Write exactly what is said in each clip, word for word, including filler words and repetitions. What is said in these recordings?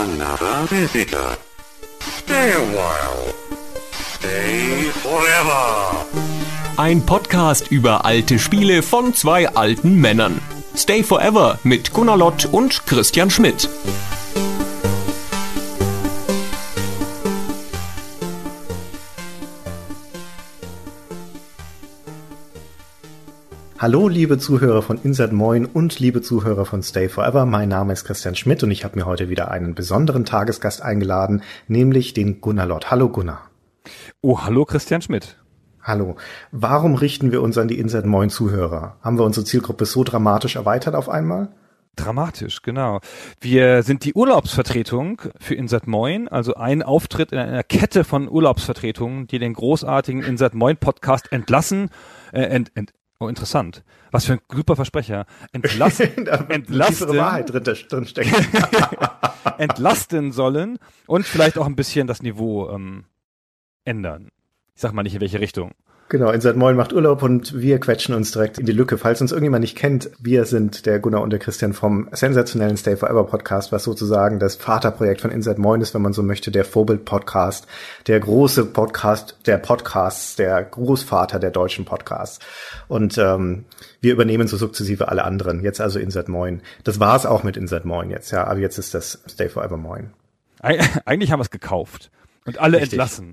another visitor. Stay a while. Stay forever. Ein Podcast über alte Spiele von zwei alten Männern. Stay Forever mit Gunnar Lott und Christian Schmidt. Hallo liebe Zuhörer von Insert Moin und liebe Zuhörer von Stay Forever, mein Name ist Christian Schmidt und ich habe mir heute wieder einen besonderen Tagesgast eingeladen, nämlich den Gunnar Lott. Hallo Gunnar. Oh, hallo Christian Schmidt. Hallo. Warum richten wir uns an die Insert Moin Zuhörer? Haben wir unsere Zielgruppe so dramatisch erweitert auf einmal? Dramatisch, genau. Wir sind die Urlaubsvertretung für Insert Moin, also ein Auftritt in einer Kette von Urlaubsvertretungen, die den großartigen Insert Moin Podcast entlassen, äh, ent, ent, Oh, interessant. Was für ein super Versprecher. Entlasten, entlasten, Wahrheit drin, drin steckt. entlasten sollen und vielleicht auch ein bisschen das Niveau ähm, ändern. Ich sag mal nicht in welche Richtung. Genau, Insert Moin macht Urlaub und wir quetschen uns direkt in die Lücke. Falls uns irgendjemand nicht kennt, wir sind der Gunnar und der Christian vom sensationellen Stay Forever Podcast, was sozusagen das Vaterprojekt von Insert Moin ist, wenn man so möchte, der Vorbild-Podcast, der große Podcast der Podcasts, der Großvater der deutschen Podcasts. Und ähm, wir übernehmen so sukzessive alle anderen. Jetzt also Insert Moin. Das war's auch mit Insert Moin jetzt, ja. Aber jetzt ist das Stay Forever Moin. Eig- eigentlich haben wir es gekauft und alle Richtig. entlassen.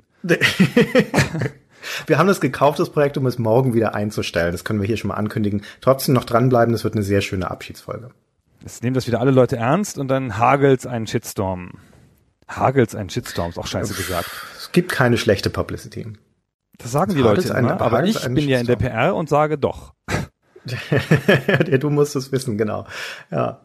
Wir haben das gekauft, das Projekt, um es morgen wieder einzustellen. Das können wir hier schon mal ankündigen. Trotzdem noch dranbleiben, das wird eine sehr schöne Abschiedsfolge. Jetzt nehmen das wieder alle Leute ernst und dann hagelt's einen Shitstorm. Hagelt's einen Shitstorm, ist auch scheiße gesagt. Es gibt keine schlechte Publicity. Das sagen die Hagelt's Leute einen- immer, aber hagelt's ich einen bin ja in der P Shitstorm. R und sage doch. Ja, du musst es wissen, genau. Ja.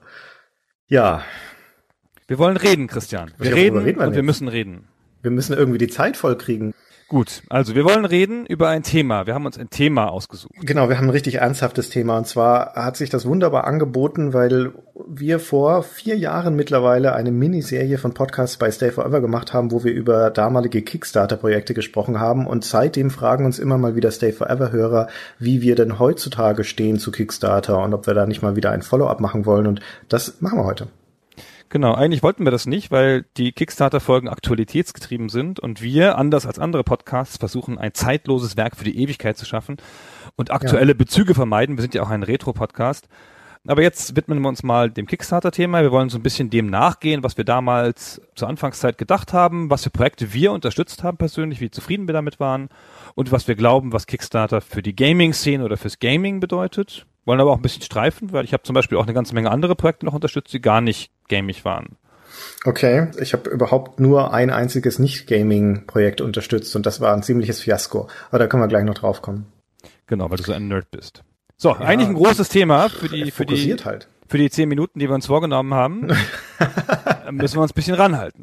Ja, Wir wollen reden, Christian. Wir Ja, reden, worüber reden wir und wir denn? müssen reden. wir müssen irgendwie die Zeit voll kriegen. Gut, also wir wollen reden über ein Thema. Wir haben uns ein Thema ausgesucht. Genau, wir haben ein richtig ernsthaftes Thema. Und zwar hat sich das wunderbar angeboten, weil wir vor vier Jahren mittlerweile eine Miniserie von Podcasts bei Stay Forever gemacht haben, wo wir über damalige Kickstarter-Projekte gesprochen haben. Und seitdem fragen uns immer mal wieder Stay Forever-Hörer, wie wir denn heutzutage stehen zu Kickstarter und ob wir da nicht mal wieder ein Follow-up machen wollen. Und das machen wir heute. Genau, eigentlich wollten wir das nicht, weil die Kickstarter-Folgen aktualitätsgetrieben sind und wir, anders als andere Podcasts, versuchen, ein zeitloses Werk für die Ewigkeit zu schaffen und aktuelle Ja. Bezüge vermeiden. Wir sind ja auch ein Retro-Podcast. Aber jetzt widmen wir uns mal dem Kickstarter-Thema. Wir wollen so ein bisschen dem nachgehen, was wir damals zur Anfangszeit gedacht haben, was für Projekte wir unterstützt haben persönlich, wie zufrieden wir damit waren und was wir glauben, was Kickstarter für die Gaming-Szene oder fürs Gaming bedeutet. Wollen aber auch ein bisschen streifen, weil ich habe zum Beispiel auch eine ganze Menge andere Projekte noch unterstützt, die gar nicht gamig waren. Okay, ich habe überhaupt nur ein einziges Nicht-Gaming-Projekt unterstützt und das war ein ziemliches Fiasko. Aber da können wir gleich noch drauf kommen. Genau, weil du so ein Nerd bist. So, ja, eigentlich ein großes Thema für die, für die, Fokussiert halt. für die zehn Minuten, die wir uns vorgenommen haben. Müssen wir uns ein bisschen ranhalten.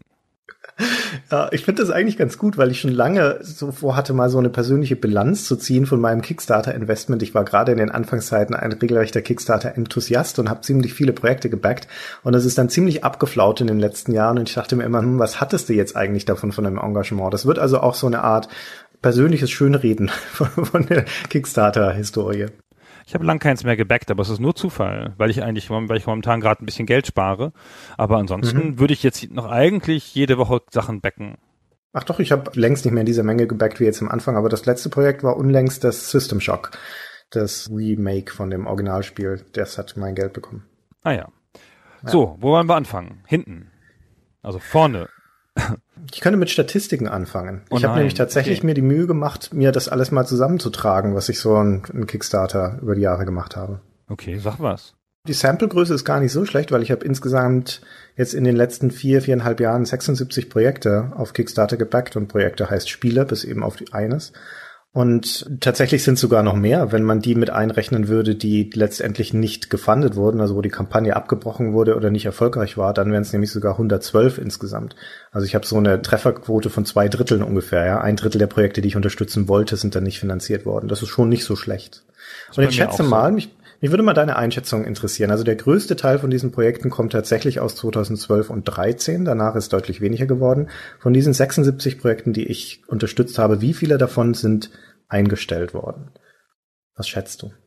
Ja, ich finde das eigentlich ganz gut, weil ich schon lange so vorhatte, mal so eine persönliche Bilanz zu ziehen von meinem Kickstarter-Investment. Ich war gerade in den Anfangszeiten ein regelrechter Kickstarter-Enthusiast und habe ziemlich viele Projekte gebackt. Und das ist dann ziemlich abgeflaut in den letzten Jahren. Und ich dachte mir immer, hm, was hattest du jetzt eigentlich davon, von deinem Engagement? Das wird also auch so eine Art persönliches Schönreden von, von der Kickstarter-Historie. Ich habe lang keins mehr gebackt, aber es ist nur Zufall, weil ich eigentlich, weil ich momentan gerade ein bisschen Geld spare. Aber ansonsten Mhm. würde ich jetzt noch eigentlich jede Woche Sachen backen. Ach doch, ich habe längst nicht mehr in dieser Menge gebackt wie jetzt am Anfang, aber das letzte Projekt war unlängst das System Shock, das Remake von dem Originalspiel. Das hat mein Geld bekommen. Ah ja. So, wo wollen wir anfangen? Hinten. Also vorne. Ich könnte mit Statistiken anfangen. Oh ich habe nein, nämlich tatsächlich okay. mir die Mühe gemacht, mir das alles mal zusammenzutragen, was ich so in, in Kickstarter über die Jahre gemacht habe. Okay, sag was. Die Samplegröße ist gar nicht so schlecht, weil ich habe insgesamt jetzt in den letzten vier, viereinhalb Jahren sechsundsiebzig Projekte auf Kickstarter gebackt und Projekte heißt Spiele, bis eben auf die eines. Und tatsächlich sind es sogar noch mehr, wenn man die mit einrechnen würde, die letztendlich nicht gefundet wurden, also wo die Kampagne abgebrochen wurde oder nicht erfolgreich war, dann wären es nämlich sogar hundertzwölf insgesamt. Also ich habe so eine Trefferquote von zwei Dritteln ungefähr. Ja, ein Drittel der Projekte, die ich unterstützen wollte, sind dann nicht finanziert worden. Das ist schon nicht so schlecht. Und bei ich mir schätze auch so. mal, mich, mich würde mal deine Einschätzung interessieren. Also der größte Teil von diesen Projekten kommt tatsächlich aus zweitausendzwölf und dreizehn. Danach ist deutlich weniger geworden. Von diesen sechsundsiebzig Projekten, die ich unterstützt habe, wie viele davon sind eingestellt worden? Was schätzt du?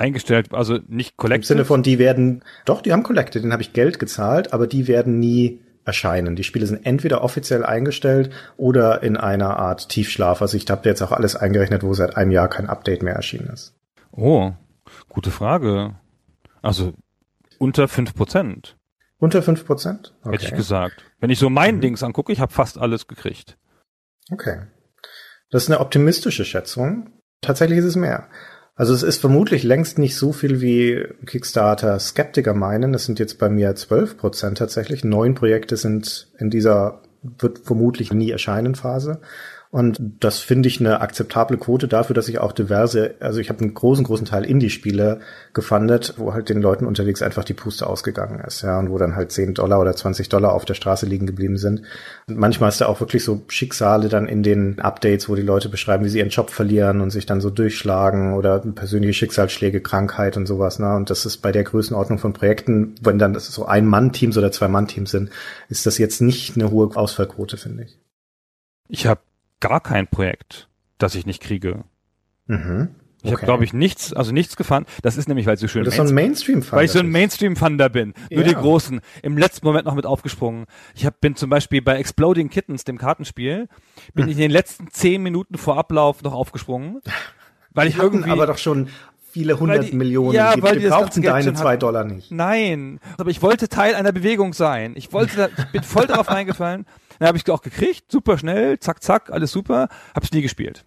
Eingestellt, also nicht Im collected. Sinne von, die werden, doch, die haben collected, denen habe ich Geld gezahlt, aber die werden nie erscheinen. Die Spiele sind entweder offiziell eingestellt oder in einer Art Tiefschlaf. Also ich habe jetzt auch alles eingerechnet, wo seit einem Jahr kein Update mehr erschienen ist. Oh, gute Frage. Also unter fünf Prozent. Unter fünf Prozent? Okay. Hätte ich gesagt. Wenn ich so mein Mhm. Dings angucke, ich habe fast alles gekriegt. Okay. Das ist eine optimistische Schätzung. Tatsächlich ist es mehr. Also es ist vermutlich längst nicht so viel, wie Kickstarter-Skeptiker meinen. Es sind jetzt bei mir zwölf Prozent tatsächlich. Neun Projekte sind in dieser wird vermutlich nie erscheinen Phase. Und das finde ich eine akzeptable Quote dafür, dass ich auch diverse, also ich habe einen großen, großen Teil Indie-Spiele gefundet, wo halt den Leuten unterwegs einfach die Puste ausgegangen ist, ja, und wo dann halt zehn Dollar oder zwanzig Dollar auf der Straße liegen geblieben sind. Und manchmal ist da auch wirklich so Schicksale dann in den Updates, wo die Leute beschreiben, wie sie ihren Job verlieren und sich dann so durchschlagen oder persönliche Schicksalsschläge, Krankheit und sowas, ne, und das ist bei der Größenordnung von Projekten, wenn dann das so Ein-Mann-Teams oder Zwei-Mann-Teams sind, ist das jetzt nicht eine hohe Ausfallquote, finde ich. Ich habe gar kein Projekt, das ich nicht kriege. Mhm. Ich habe, Okay. glaube ich, nichts, also nichts gefahren. Das ist nämlich, weil ich so schön Das ist so ein Mainstream-Funder. weil ich so ein Mainstream-Funder bin. Nur Ja. die Großen. Im letzten Moment noch mit aufgesprungen. Ich hab, bin zum Beispiel bei Exploding Kittens, dem Kartenspiel, bin ich in den letzten zehn Minuten vor Ablauf noch aufgesprungen. Weil ich Die hatten irgendwie... aber doch schon viele hundert Weil die- Millionen. ja, die weil die das ganze brauchten Geld deine schon zwei hatten. Dollar nicht. Nein, aber ich wollte Teil einer Bewegung sein. Ich wollte, da, ich bin voll darauf reingefallen. Dann habe ich auch gekriegt, super schnell, zack, zack, alles super. Hab's nie gespielt.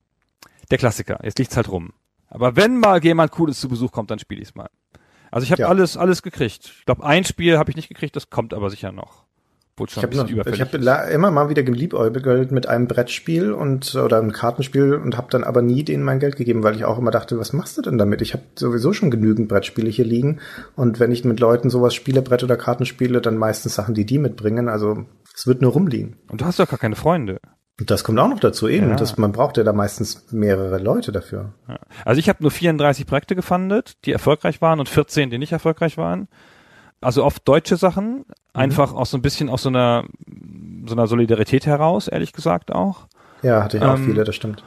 Der Klassiker, jetzt liegt's halt rum. Aber wenn mal jemand Cooles zu Besuch kommt, dann spiele ich's mal. Also ich habe Ja. alles, alles gekriegt. Ich glaube, ein Spiel habe ich nicht gekriegt, das kommt aber sicher noch. Wurde schon Ich habe ein bisschen noch, ich überfällig. habe immer mal wieder geliebäugelt mit einem Brettspiel und oder einem Kartenspiel und habe dann aber nie denen mein Geld gegeben, weil ich auch immer dachte, was machst du denn damit? Ich habe sowieso schon genügend Brettspiele hier liegen und wenn ich mit Leuten sowas spiele, Brett- oder Kartenspiele, dann meistens Sachen, die die mitbringen. Also es wird nur rumliegen. Und du hast doch gar keine Freunde. Und das kommt auch noch dazu eben. Ja. Dass man braucht ja da meistens mehrere Leute dafür. Ja. Also ich habe nur vierunddreißig Projekte gefundet, die erfolgreich waren und vierzehn, die nicht erfolgreich waren. Also oft deutsche Sachen, einfach aus so ein bisschen aus so einer so einer Solidarität heraus, ehrlich gesagt auch. Ja, hatte ich auch Ähm, viele, das stimmt.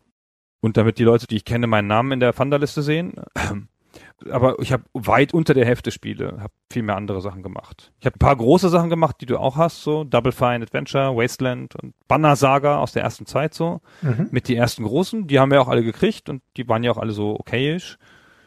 Und damit die Leute, die ich kenne, meinen Namen in der Funderliste sehen. Aber ich habe weit unter der Hälfte Spiele, habe viel mehr andere Sachen gemacht. Ich habe ein paar große Sachen gemacht, die du auch hast, so Double Fine Adventure, Wasteland und Banner Saga aus der ersten Zeit so. Mhm. Mit die ersten großen, die haben wir auch alle gekriegt und die waren ja auch alle so okayisch.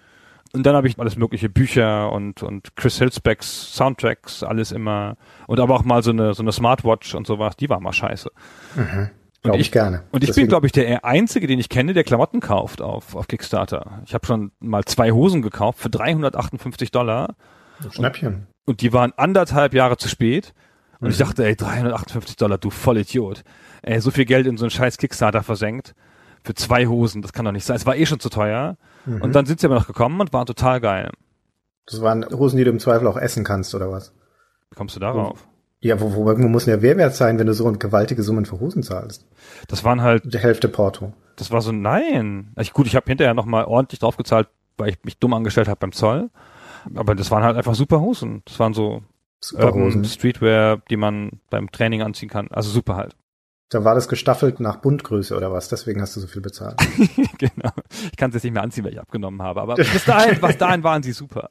Und dann habe ich alles mögliche Bücher und und Chris Hillspecks Soundtracks, alles immer und aber auch mal so eine so eine Smartwatch und sowas, die war mal scheiße. Glaube ich, ich- gerne. Und ich Deswegen- bin, glaube ich, der Einzige, den ich kenne, der Klamotten kauft auf auf Kickstarter. Ich habe schon mal zwei Hosen gekauft für dreihundertachtundfünfzig Dollar Schnäppchen. und die waren anderthalb Jahre zu spät. Und Mhm. ich dachte, ey, dreihundertachtundfünfzig Dollar, du Vollidiot. Ey, so viel Geld in so einen scheiß Kickstarter versenkt für zwei Hosen, das kann doch nicht sein. Es war eh schon zu teuer. Mhm. Und dann sind sie aber noch gekommen und waren total geil. Das waren Hosen, die du im Zweifel auch essen kannst, oder was? Wie kommst du darauf? Ja, wo, wo, wo muss denn der Mehrwert sein, wenn du so eine gewaltige Summen für Hosen zahlst? Das waren halt, Die Hälfte Porto. das war so, nein. Ich, gut, ich habe hinterher nochmal ordentlich draufgezahlt, weil ich mich dumm angestellt habe beim Zoll. Aber das waren halt einfach super Hosen. Das waren so Super Urban Hosen. Streetwear, die man beim Training anziehen kann. Also super halt. Da war das gestaffelt nach Bundgröße oder was? Deswegen hast du so viel bezahlt. Genau. Ich kann es jetzt nicht mehr anziehen, weil ich abgenommen habe. Aber bis dahin, was dahin waren sie super.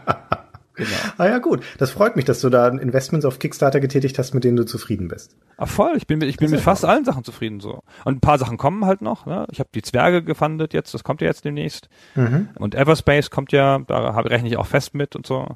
Genau. Ah ja, gut. Das freut mich, dass du da Investments auf Kickstarter getätigt hast, mit denen du zufrieden bist. Ach voll, ich bin mit, ich bin Das mit ist ja fast allen Sachen zufrieden so. Und ein paar Sachen kommen halt noch. Ne? Ich habe die Zwerge gefundet jetzt, das kommt ja jetzt demnächst. Mhm. Und Everspace kommt ja, da hab, rechne ich auch fest mit und so.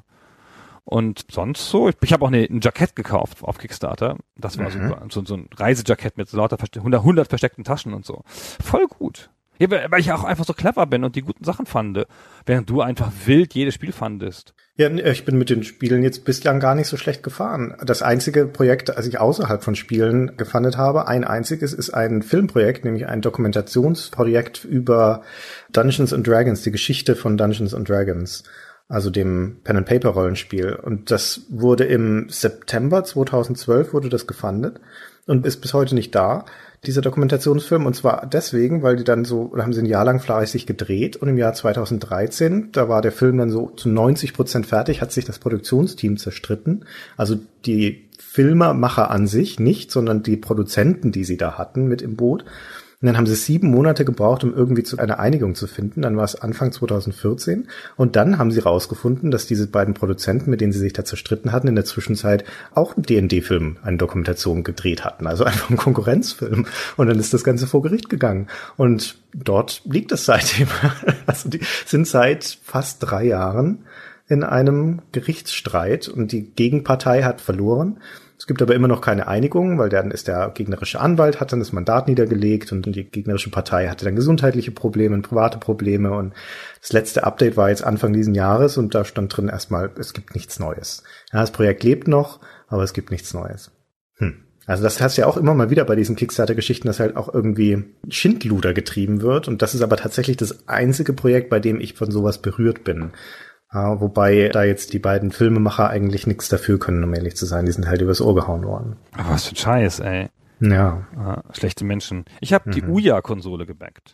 Und sonst so, ich, ich habe auch eine, ein Jackett gekauft auf Kickstarter. Das war Mhm. super. So, so ein Reisejackett mit so lauter verste- hundert, hundert versteckten Taschen und so. Voll gut. Ja, weil weil ich auch einfach so clever bin und die guten Sachen fand. Während du einfach wild jedes Spiel fandest. Ja, ich bin mit den Spielen jetzt bislang gar nicht so schlecht gefahren. Das einzige Projekt, das ich außerhalb von Spielen gefundet habe, ein einziges, ist ein Filmprojekt, nämlich ein Dokumentationsprojekt über Dungeons and Dragons, die Geschichte von Dungeons and Dragons, also dem Pen-and-Paper-Rollenspiel. Und das wurde im September zweitausendzwölf wurde das gefundet und ist bis heute nicht da, dieser Dokumentationsfilm. Und zwar deswegen, weil die dann so, da haben sie ein Jahr lang fleißig gedreht und im Jahr zweitausenddreizehn, da war der Film dann so zu neunzig Prozent fertig, hat sich das Produktionsteam zerstritten. Also die Filmemacher an sich nicht, sondern die Produzenten, die sie da hatten mit im Boot. Und dann haben sie sieben Monate gebraucht, um irgendwie zu einer Einigung zu finden. Dann war es Anfang zwanzig vierzehn. Und dann haben sie rausgefunden, dass diese beiden Produzenten, mit denen sie sich da zerstritten hatten, in der Zwischenzeit auch einen D und D-Film, eine Dokumentation gedreht hatten. Also einfach einen Konkurrenzfilm. Und dann ist das Ganze vor Gericht gegangen. Und dort liegt es seitdem. Also die sind seit fast drei Jahren in einem Gerichtsstreit und die Gegenpartei hat verloren. Es gibt aber immer noch keine Einigung, weil dann ist der gegnerische Anwalt, hat dann das Mandat niedergelegt und die gegnerische Partei hatte dann gesundheitliche Probleme, private Probleme und das letzte Update war jetzt Anfang diesen Jahres und da stand drin erstmal, es gibt nichts Neues. Ja, das Projekt lebt noch, aber es gibt nichts Neues. Hm. Also das hast du ja auch immer mal wieder bei diesen Kickstarter-Geschichten, dass halt auch irgendwie Schindluder getrieben wird und das ist aber tatsächlich das einzige Projekt, bei dem ich von sowas berührt bin. Uh, wobei da jetzt die beiden Filmemacher eigentlich nichts dafür können, um ehrlich zu sein. Die sind halt übers Ohr gehauen worden. Aber was für ein Scheiß, ey. Ja. Ah, schlechte Menschen. Ich habe mhm. die Ouya-Konsole gebackt.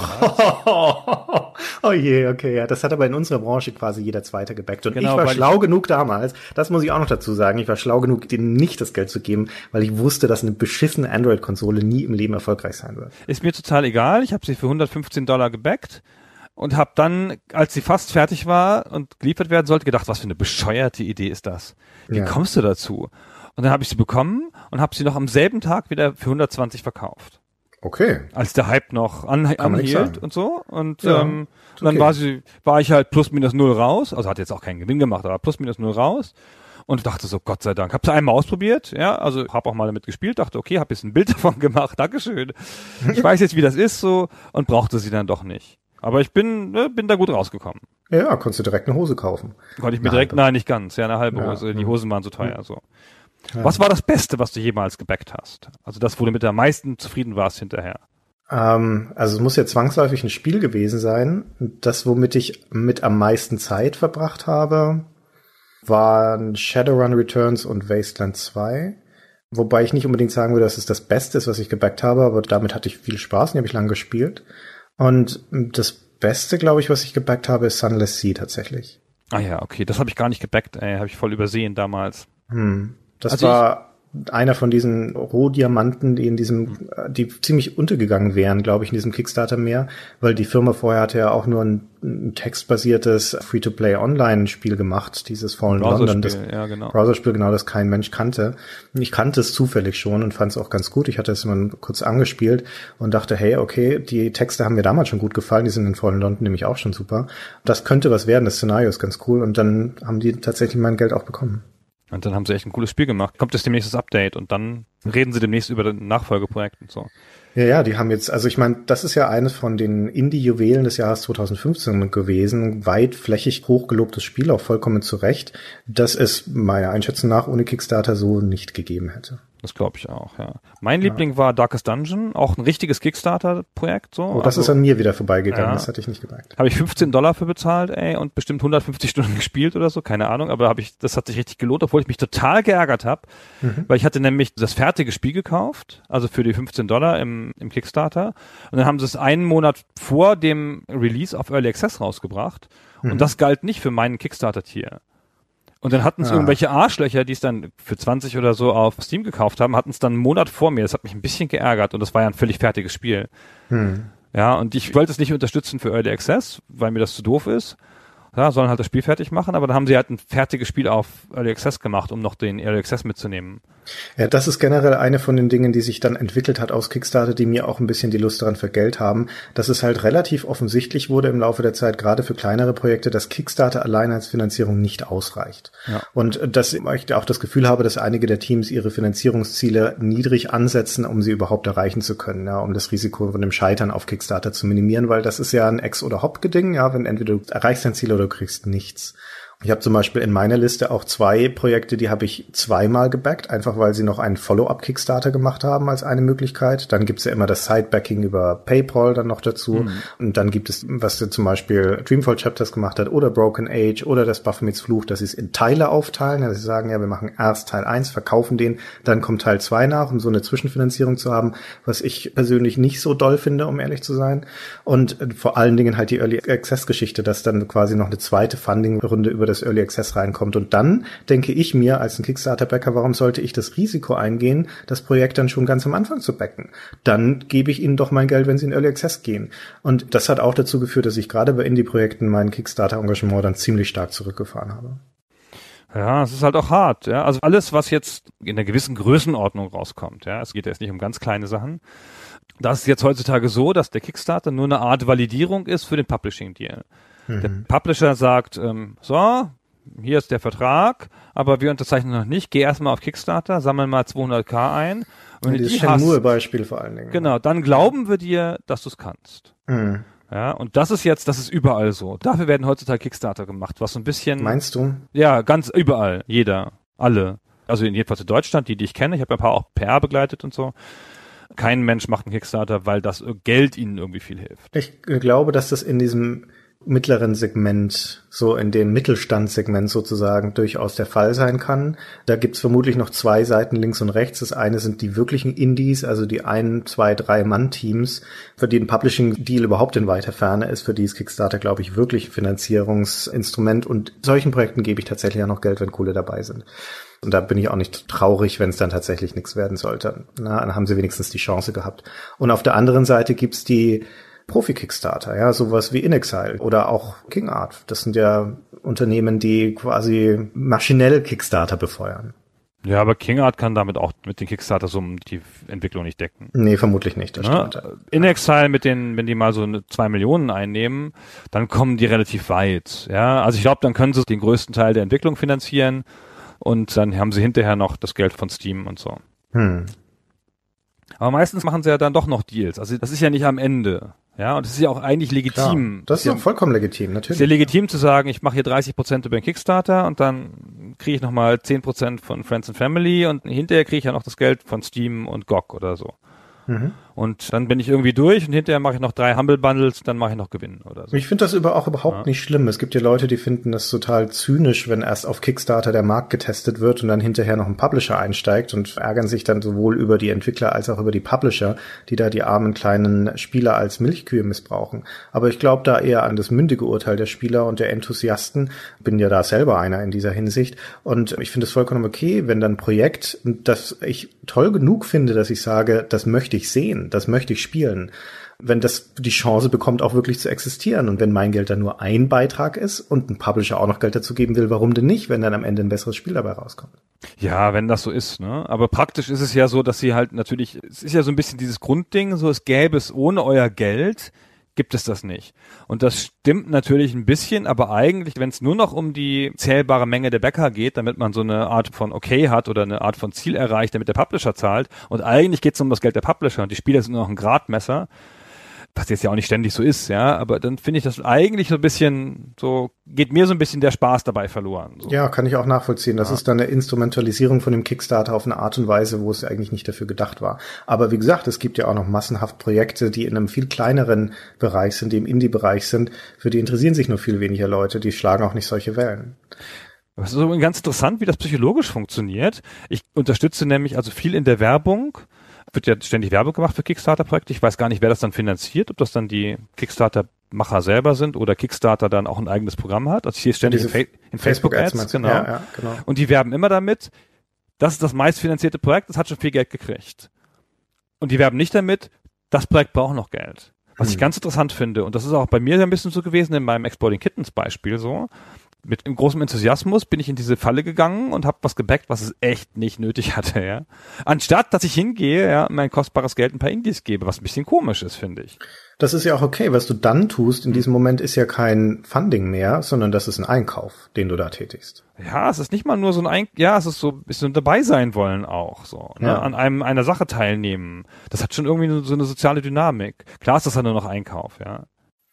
Oh, oh je, okay, ja. Das hat aber in unserer Branche quasi jeder Zweite gebackt. Und genau, ich war schlau ich genug damals, das muss ich auch noch dazu sagen, ich war schlau genug, denen nicht das Geld zu geben, weil ich wusste, dass eine beschissene Android-Konsole nie im Leben erfolgreich sein wird. Ist mir total egal. Ich habe sie für hundertfünfzehn Dollar gebackt. Und habe dann, als sie fast fertig war und geliefert werden sollte, gedacht, was für eine bescheuerte Idee ist das? Wie ja. kommst du dazu? Und dann habe ich sie bekommen und habe sie noch am selben Tag wieder für hundertzwanzig verkauft. Okay. Als der Hype noch an, anhielt und so. Und, ja, ähm, und dann okay. war sie, war ich halt plus minus null raus. Also hat jetzt auch keinen Gewinn gemacht, aber plus minus null raus. Und dachte so, Gott sei Dank. Hab's einmal ausprobiert, ja, also hab auch mal damit gespielt, dachte, okay, hab jetzt ein Bild davon gemacht, Dankeschön. Ich weiß jetzt, wie das ist so und brauchte sie dann doch nicht. Aber ich bin, ne, bin da gut rausgekommen. Ja, konntest du direkt eine Hose kaufen. Konnte ich mir eine direkt, halbe. Nein, nicht ganz, ja, eine halbe ja. Hose. Die Hosen waren so teuer, so. Ja. Was war das Beste, was du jemals gebackt hast? Also das, wo du mit der meisten zufrieden warst hinterher? Ähm, also es muss ja zwangsläufig ein Spiel gewesen sein. Das, womit ich mit am meisten Zeit verbracht habe, waren Shadowrun Returns und Wasteland zwei. Wobei ich nicht unbedingt sagen würde, dass es das Beste ist, was ich gebackt habe, aber damit hatte ich viel Spaß und die habe ich lange gespielt. Und das Beste, glaube ich, was ich gebackt habe, ist Sunless Sea tatsächlich. Ah ja, okay, das habe ich gar nicht gebackt, ey, habe ich voll übersehen damals. Hm. Das also war einer von diesen Rohdiamanten, die in diesem, die ziemlich untergegangen wären, glaube ich, in diesem Kickstarter-Meer, weil die Firma vorher hatte ja auch nur ein, ein textbasiertes Free-to-Play-Online-Spiel gemacht, dieses Fallen London, das ja, genau. Browserspiel, genau, das kein Mensch kannte. Ich kannte es zufällig schon und fand es auch ganz gut. Ich hatte es immer kurz angespielt und dachte, hey, okay, die Texte haben mir damals schon gut gefallen, die sind in Fallen London nämlich auch schon super. Das könnte was werden, das Szenario ist ganz cool und dann haben die tatsächlich mein Geld auch bekommen. Und dann haben sie echt ein cooles Spiel gemacht. Kommt jetzt demnächst das Update und dann reden sie demnächst über das Nachfolgeprojekt und so. Ja, ja, die haben jetzt, also ich meine, das ist ja eines von den Indie-Juwelen des Jahres zwanzig fünfzehn gewesen. Weitflächig hochgelobtes Spiel, auch vollkommen zu Recht, dass es meiner Einschätzung nach ohne Kickstarter so nicht gegeben hätte. Das glaube ich auch, ja. Mein ja. Liebling war Darkest Dungeon, auch ein richtiges Kickstarter-Projekt. So. Oh, das also, ist an mir wieder vorbeigegangen, ja. Das hatte ich nicht gemerkt. Habe ich fünfzehn Dollar für bezahlt, ey, und bestimmt hundertfünfzig Stunden gespielt oder so, keine Ahnung, aber habe ich, das hat sich richtig gelohnt, obwohl ich mich total geärgert habe, mhm. weil ich hatte nämlich das fertige Spiel gekauft, also für die fünfzehn Dollar im, im Kickstarter, und dann haben sie es einen Monat vor dem Release auf Early Access rausgebracht, mhm. und das galt nicht für meinen Kickstarter-Tier. Und dann hatten es ah. irgendwelche Arschlöcher, die es dann für zwanzig oder so auf Steam gekauft haben, hatten es dann einen Monat vor mir. Das hat mich ein bisschen geärgert und das war ja ein völlig fertiges Spiel. Hm. Ja, und ich wollte es nicht unterstützen für Early Access, weil mir das zu doof ist. Ja, sollen halt das Spiel fertig machen, aber dann haben sie halt ein fertiges Spiel auf Early Access gemacht, um noch den Early Access mitzunehmen. Ja, das ist generell eine von den Dingen, die sich dann entwickelt hat aus Kickstarter, die mir auch ein bisschen die Lust daran vergällt haben, dass es halt relativ offensichtlich wurde im Laufe der Zeit, gerade für kleinere Projekte, dass Kickstarter allein als Finanzierung nicht ausreicht. Ja. Und dass ich auch das Gefühl habe, dass einige der Teams ihre Finanzierungsziele niedrig ansetzen, um sie überhaupt erreichen zu können, ja, um das Risiko von dem Scheitern auf Kickstarter zu minimieren, weil das ist ja ein Ex- oder Hop-Geding, ja, wenn entweder du erreichst dein Ziel oder du kriegst nichts. Ich habe zum Beispiel in meiner Liste auch zwei Projekte, die habe ich zweimal gebackt, einfach weil sie noch einen Follow-up-Kickstarter gemacht haben als eine Möglichkeit. Dann gibt's ja immer das Side-Backing über PayPal dann noch dazu. Mhm. Und dann gibt es, was zum Beispiel Dreamfall Chapters gemacht hat oder Broken Age oder das Baphomets Fluch, dass sie es in Teile aufteilen. Also sie sagen, ja, wir machen erst Teil eins, verkaufen den, dann kommt Teil zwei nach, um so eine Zwischenfinanzierung zu haben, was ich persönlich nicht so doll finde, um ehrlich zu sein. Und vor allen Dingen halt die Early Access-Geschichte, dass dann quasi noch eine zweite Funding-Runde über das Early Access reinkommt. Und dann denke ich mir als ein Kickstarter-Backer, warum sollte ich das Risiko eingehen, das Projekt dann schon ganz am Anfang zu backen? Dann gebe ich ihnen doch mein Geld, wenn sie in Early Access gehen. Und das hat auch dazu geführt, dass ich gerade bei Indie-Projekten mein Kickstarter-Engagement dann ziemlich stark zurückgefahren habe. Ja, es ist halt auch hart, ja. Also alles, was jetzt in einer gewissen Größenordnung rauskommt, ja. Es geht jetzt nicht um ganz kleine Sachen. Das ist jetzt heutzutage so, dass der Kickstarter nur eine Art Validierung ist für den Publishing-Deal. Mhm. Der Publisher sagt, ähm, so, hier ist der Vertrag, aber wir unterzeichnen noch nicht. Geh erstmal auf Kickstarter, sammel mal zweihunderttausend ein. Und ja, dieses Shenmue-Beispiel vor allen Dingen. Genau, dann glauben wir dir, dass du es kannst. Mhm. Ja, und das ist jetzt, das ist überall so. Dafür werden heutzutage Kickstarter gemacht, was so ein bisschen... Meinst du? Ja, ganz überall. Jeder. Alle. Also jedenfalls in Deutschland, die, die ich kenne. Ich habe ein paar auch P R begleitet und so. Kein Mensch macht einen Kickstarter, weil das Geld ihnen irgendwie viel hilft. Ich glaube, dass das in diesem mittleren Segment, so in dem Mittelstandssegment sozusagen durchaus der Fall sein kann. Da gibt's vermutlich noch zwei Seiten links und rechts. Das eine sind die wirklichen Indies, also die ein, zwei, drei Mann-Teams, für die ein Publishing-Deal überhaupt in weiter Ferne ist, für die ist Kickstarter, glaube ich, wirklich ein Finanzierungsinstrument. Und solchen Projekten gebe ich tatsächlich ja noch Geld, wenn Kohle dabei sind. Und da bin ich auch nicht traurig, wenn es dann tatsächlich nichts werden sollte. Na, dann haben sie wenigstens die Chance gehabt. Und auf der anderen Seite gibt's die Profi-Kickstarter, ja, sowas wie InXile oder auch KingArt. Das sind ja Unternehmen, die quasi maschinell Kickstarter befeuern. Ja, aber KingArt kann damit auch mit den Kickstarter-Summen die Entwicklung nicht decken. Nee, vermutlich nicht, das ja, stimmt. InXile mit den, wenn die mal so eine zwei Millionen einnehmen, dann kommen die relativ weit. Ja, also ich glaube, dann können sie den größten Teil der Entwicklung finanzieren und dann haben sie hinterher noch das Geld von Steam und so. Hm. Aber meistens machen sie ja dann doch noch Deals. Also das ist ja nicht am Ende. Ja, und das ist ja auch eigentlich legitim. Ja, das ist ja vollkommen legitim, natürlich. Es ist ja legitim zu sagen, ich mache hier dreißig Prozent über den Kickstarter und dann kriege ich nochmal zehn Prozent von Friends and Family und hinterher kriege ich ja noch das Geld von Steam und G O G oder so. Mhm. Und dann bin ich irgendwie durch und hinterher mache ich noch drei Humble Bundles, dann mache ich noch Gewinn oder so. Ich finde das über auch überhaupt ja. nicht schlimm. Es gibt ja Leute, die finden das total zynisch, wenn erst auf Kickstarter der Markt getestet wird und dann hinterher noch ein Publisher einsteigt und ärgern sich dann sowohl über die Entwickler als auch über die Publisher, die da die armen kleinen Spieler als Milchkühe missbrauchen. Aber ich glaube da eher an das mündige Urteil der Spieler und der Enthusiasten. Bin ja da selber einer in dieser Hinsicht. Und ich finde es vollkommen okay, wenn dann ein Projekt, das ich toll genug finde, dass ich sage, das möchte ich sehen, das möchte ich spielen, wenn das die Chance bekommt, auch wirklich zu existieren. Und wenn mein Geld dann nur ein Beitrag ist und ein Publisher auch noch Geld dazu geben will, warum denn nicht, wenn dann am Ende ein besseres Spiel dabei rauskommt? Ja, wenn das so ist, ne? Aber praktisch ist es ja so, dass sie halt natürlich, es ist ja so ein bisschen dieses Grundding, so es gäbe es ohne euer Geld, gibt es das nicht. Und das stimmt natürlich ein bisschen, aber eigentlich, wenn es nur noch um die zählbare Menge der Bäcker geht, damit man so eine Art von Okay hat oder eine Art von Ziel erreicht, damit der Publisher zahlt, und eigentlich geht es um das Geld der Publisher und die Spieler sind nur noch ein Gradmesser, was jetzt ja auch nicht ständig so ist, ja, aber dann finde ich das eigentlich so ein bisschen, so geht mir so ein bisschen der Spaß dabei verloren. So. Ja, kann ich auch nachvollziehen. Das ja. ist dann eine Instrumentalisierung von dem Kickstarter auf eine Art und Weise, wo es eigentlich nicht dafür gedacht war. Aber wie gesagt, es gibt ja auch noch massenhaft Projekte, die in einem viel kleineren Bereich sind, die im Indie-Bereich sind, für die interessieren sich nur viel weniger Leute, die schlagen auch nicht solche Wellen. Das ist ganz interessant, wie das psychologisch funktioniert. Ich unterstütze nämlich also viel in der Werbung. Wird ja ständig Werbung gemacht für Kickstarter-Projekte. Ich weiß gar nicht, wer das dann finanziert, ob das dann die Kickstarter-Macher selber sind oder Kickstarter dann auch ein eigenes Programm hat. Also hier ständig in, Fa- in Facebook-Ads, Facebook genau. Ja, ja, genau. Und die werben immer damit, das ist das meistfinanzierte Projekt, das hat schon viel Geld gekriegt. Und die werben nicht damit, das Projekt braucht noch Geld. Was hm. ich ganz interessant finde, und das ist auch bei mir ein bisschen so gewesen, in meinem Exploding Kittens Beispiel so, mit großem Enthusiasmus bin ich in diese Falle gegangen und habe was gebackt, was es echt nicht nötig hatte, ja. Anstatt, dass ich hingehe, ja, mein kostbares Geld ein paar Indies gebe, was ein bisschen komisch ist, finde ich. Das ist ja auch okay. Was du dann tust in diesem Moment ist ja kein Funding mehr, sondern das ist ein Einkauf, den du da tätigst. Ja, es ist nicht mal nur so ein Ein- ja, es ist so ein bisschen dabei sein wollen auch, so, ne? Ja. An einem, einer Sache teilnehmen. Das hat schon irgendwie so eine soziale Dynamik. Klar ist das ja nur noch Einkauf, ja.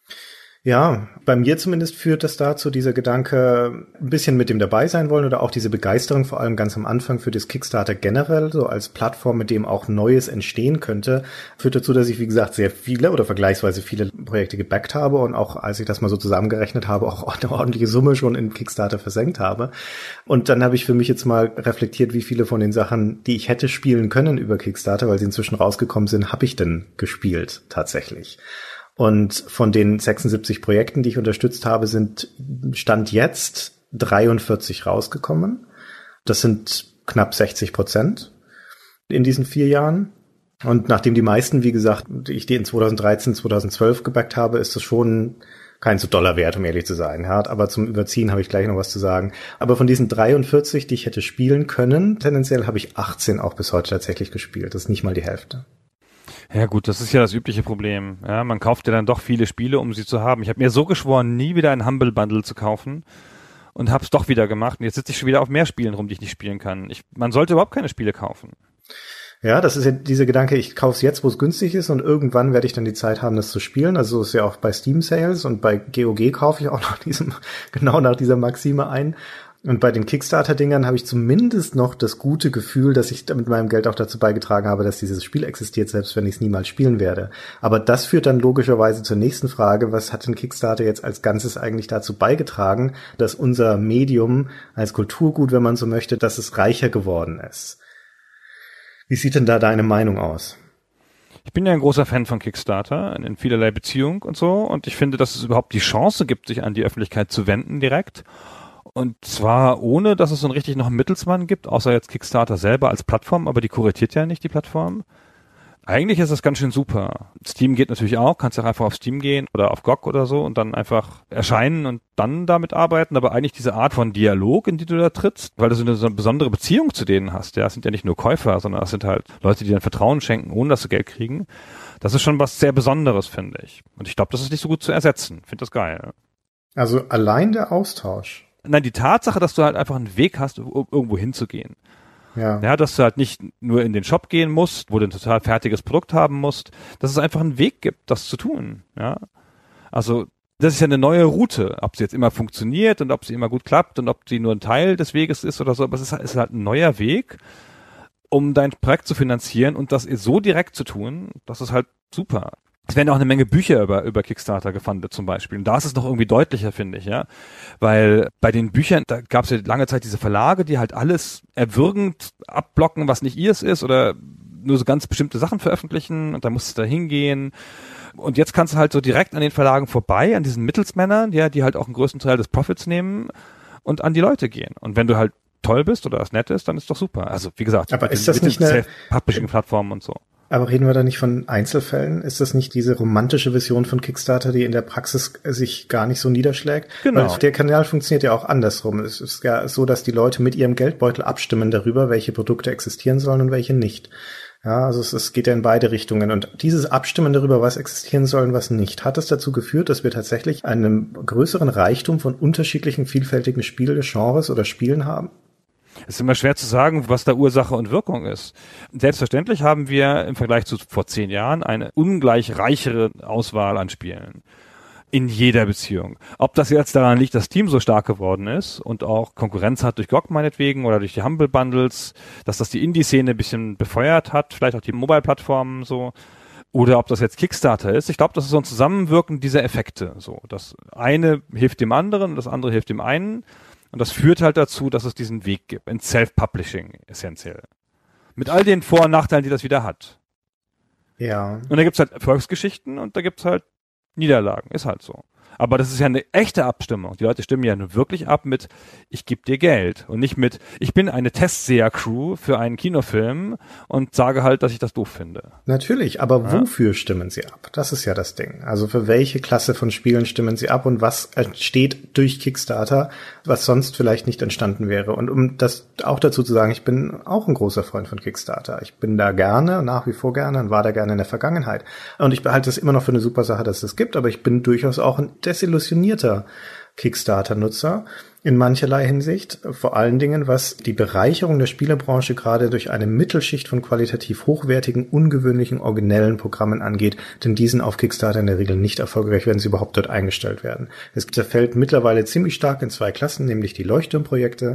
Ja, bei mir zumindest führt das dazu, dieser Gedanke, ein bisschen mit dem dabei sein wollen oder auch diese Begeisterung, vor allem ganz am Anfang für das Kickstarter generell, so als Plattform, mit dem auch Neues entstehen könnte, führt dazu, dass ich, wie gesagt, sehr viele oder vergleichsweise viele Projekte gebackt habe und auch, als ich das mal so zusammengerechnet habe, auch eine ordentliche Summe schon in Kickstarter versenkt habe. Und dann habe ich für mich jetzt mal reflektiert, wie viele von den Sachen, die ich hätte spielen können über Kickstarter, weil sie inzwischen rausgekommen sind, habe ich denn gespielt tatsächlich. Und von den sechsundsiebzig Projekten, die ich unterstützt habe, sind Stand jetzt dreiundvierzig rausgekommen. Das sind knapp sechzig Prozent in diesen vier Jahren. Und nachdem die meisten, wie gesagt, ich die in zweitausenddreizehn, zweitausendzwölf gebackt habe, ist das schon kein so doller Wert, um ehrlich zu sein. Ja, aber zum Überziehen habe ich gleich noch was zu sagen. Aber von diesen dreiundvierzig, die ich hätte spielen können, tendenziell habe ich achtzehn auch bis heute tatsächlich gespielt. Das ist nicht mal die Hälfte. Ja gut, das ist ja das übliche Problem. Ja, man kauft ja dann doch viele Spiele, um sie zu haben. Ich habe mir so geschworen, nie wieder ein Humble Bundle zu kaufen und habe es doch wieder gemacht. Und jetzt sitze ich schon wieder auf mehr Spielen rum, die ich nicht spielen kann. Ich, man sollte überhaupt keine Spiele kaufen. Ja, das ist ja dieser Gedanke, ich kaufe es jetzt, wo es günstig ist und irgendwann werde ich dann die Zeit haben, das zu spielen. Also so ist ja auch bei Steam Sales und bei G O G kaufe ich auch nach diesem, genau nach dieser Maxime ein. Und bei den Kickstarter-Dingern habe ich zumindest noch das gute Gefühl, dass ich mit meinem Geld auch dazu beigetragen habe, dass dieses Spiel existiert, selbst wenn ich es niemals spielen werde. Aber das führt dann logischerweise zur nächsten Frage, was hat denn Kickstarter jetzt als Ganzes eigentlich dazu beigetragen, dass unser Medium als Kulturgut, wenn man so möchte, dass es reicher geworden ist? Wie sieht denn da deine Meinung aus? Ich bin ja ein großer Fan von Kickstarter in vielerlei Beziehung und so. Und ich finde, dass es überhaupt die Chance gibt, sich an die Öffentlichkeit zu wenden direkt. Und zwar ohne, dass es so richtig noch einen Mittelsmann gibt, außer jetzt Kickstarter selber als Plattform. Aber die kuratiert ja nicht die Plattform. Eigentlich ist das ganz schön super. Steam geht natürlich auch, kannst ja einfach auf Steam gehen oder auf G O G oder so und dann einfach erscheinen und dann damit arbeiten, aber eigentlich diese Art von Dialog, in die du da trittst, weil du so eine, so eine besondere Beziehung zu denen hast, ja, es sind ja nicht nur Käufer, sondern es sind halt Leute, die dann Vertrauen schenken, ohne dass sie Geld kriegen. Das ist schon was sehr Besonderes, finde ich. Und ich glaube, das ist nicht so gut zu ersetzen. Finde das geil. Also allein der Austausch? Nein, die Tatsache, dass du halt einfach einen Weg hast, um irgendwo hinzugehen. Ja. Ja, dass du halt nicht nur in den Shop gehen musst, wo du ein total fertiges Produkt haben musst, dass es einfach einen Weg gibt, das zu tun. Ja, also das ist ja eine neue Route, ob sie jetzt immer funktioniert und ob sie immer gut klappt und ob sie nur ein Teil des Weges ist oder so, aber es ist halt, es ist halt ein neuer Weg, um dein Projekt zu finanzieren und das so direkt zu tun, das ist halt super. Es werden auch eine Menge Bücher über, über Kickstarter gefundet zum Beispiel. Und da ist es noch irgendwie deutlicher, finde ich, ja. Weil bei den Büchern, da gab es ja lange Zeit diese Verlage, die halt alles erwürgend abblocken, was nicht ihrs ist oder nur so ganz bestimmte Sachen veröffentlichen und da musst du da hingehen. Und jetzt kannst du halt so direkt an den Verlagen vorbei, an diesen Mittelsmännern, ja, die halt auch einen größten Teil des Profits nehmen und an die Leute gehen. Und wenn du halt toll bist oder das nett ist, dann ist doch super. Also wie gesagt, aber ist das nicht eine Publishing-Plattform und so. Aber reden wir da nicht von Einzelfällen? Ist das nicht diese romantische Vision von Kickstarter, die in der Praxis sich gar nicht so niederschlägt? Genau. Weil der Kanal funktioniert ja auch andersrum. Es ist ja so, dass die Leute mit ihrem Geldbeutel abstimmen darüber, welche Produkte existieren sollen und welche nicht. Ja, also es, es geht ja in beide Richtungen. Und dieses Abstimmen darüber, was existieren soll und was nicht, hat es dazu geführt, dass wir tatsächlich einen größeren Reichtum von unterschiedlichen, vielfältigen Spielgenres oder Spielen haben? Es ist immer schwer zu sagen, was da Ursache und Wirkung ist. Selbstverständlich haben wir im Vergleich zu vor zehn Jahren eine ungleich reichere Auswahl an Spielen. In jeder Beziehung. Ob das jetzt daran liegt, dass Steam so stark geworden ist und auch Konkurrenz hat durch G O G meinetwegen oder durch die Humble Bundles, dass das die Indie-Szene ein bisschen befeuert hat, vielleicht auch die Mobile-Plattformen so. Oder ob das jetzt Kickstarter ist. Ich glaube, das ist so ein Zusammenwirken dieser Effekte. So, das eine hilft dem anderen, das andere hilft dem einen. Und das führt halt dazu, dass es diesen Weg gibt, in Self-Publishing essentiell. Mit all den Vor- und Nachteilen, die das wieder hat. Ja. Und da gibt's halt Erfolgsgeschichten und da gibt's halt Niederlagen, ist halt so. Aber das ist ja eine echte Abstimmung. Die Leute stimmen ja nur wirklich ab mit, ich gebe dir Geld und nicht mit, ich bin eine Testseher-Crew für einen Kinofilm und sage halt, dass ich das doof finde. Natürlich, aber ja. Wofür stimmen sie ab? Das ist ja das Ding. Also für welche Klasse von Spielen stimmen sie ab und was entsteht durch Kickstarter, was sonst vielleicht nicht entstanden wäre? Und um das auch dazu zu sagen, ich bin auch ein großer Freund von Kickstarter. Ich bin da gerne, nach wie vor gerne und war da gerne in der Vergangenheit. Und ich behalte es immer noch für eine super Sache, dass es das gibt, aber ich bin durchaus auch ein desillusionierter Kickstarter-Nutzer in mancherlei Hinsicht, vor allen Dingen, was die Bereicherung der Spielebranche gerade durch eine Mittelschicht von qualitativ hochwertigen, ungewöhnlichen, originellen Programmen angeht, denn die sind auf Kickstarter in der Regel nicht erfolgreich, wenn sie überhaupt dort eingestellt werden. Es zerfällt mittlerweile ziemlich stark in zwei Klassen, nämlich die Leuchtturmprojekte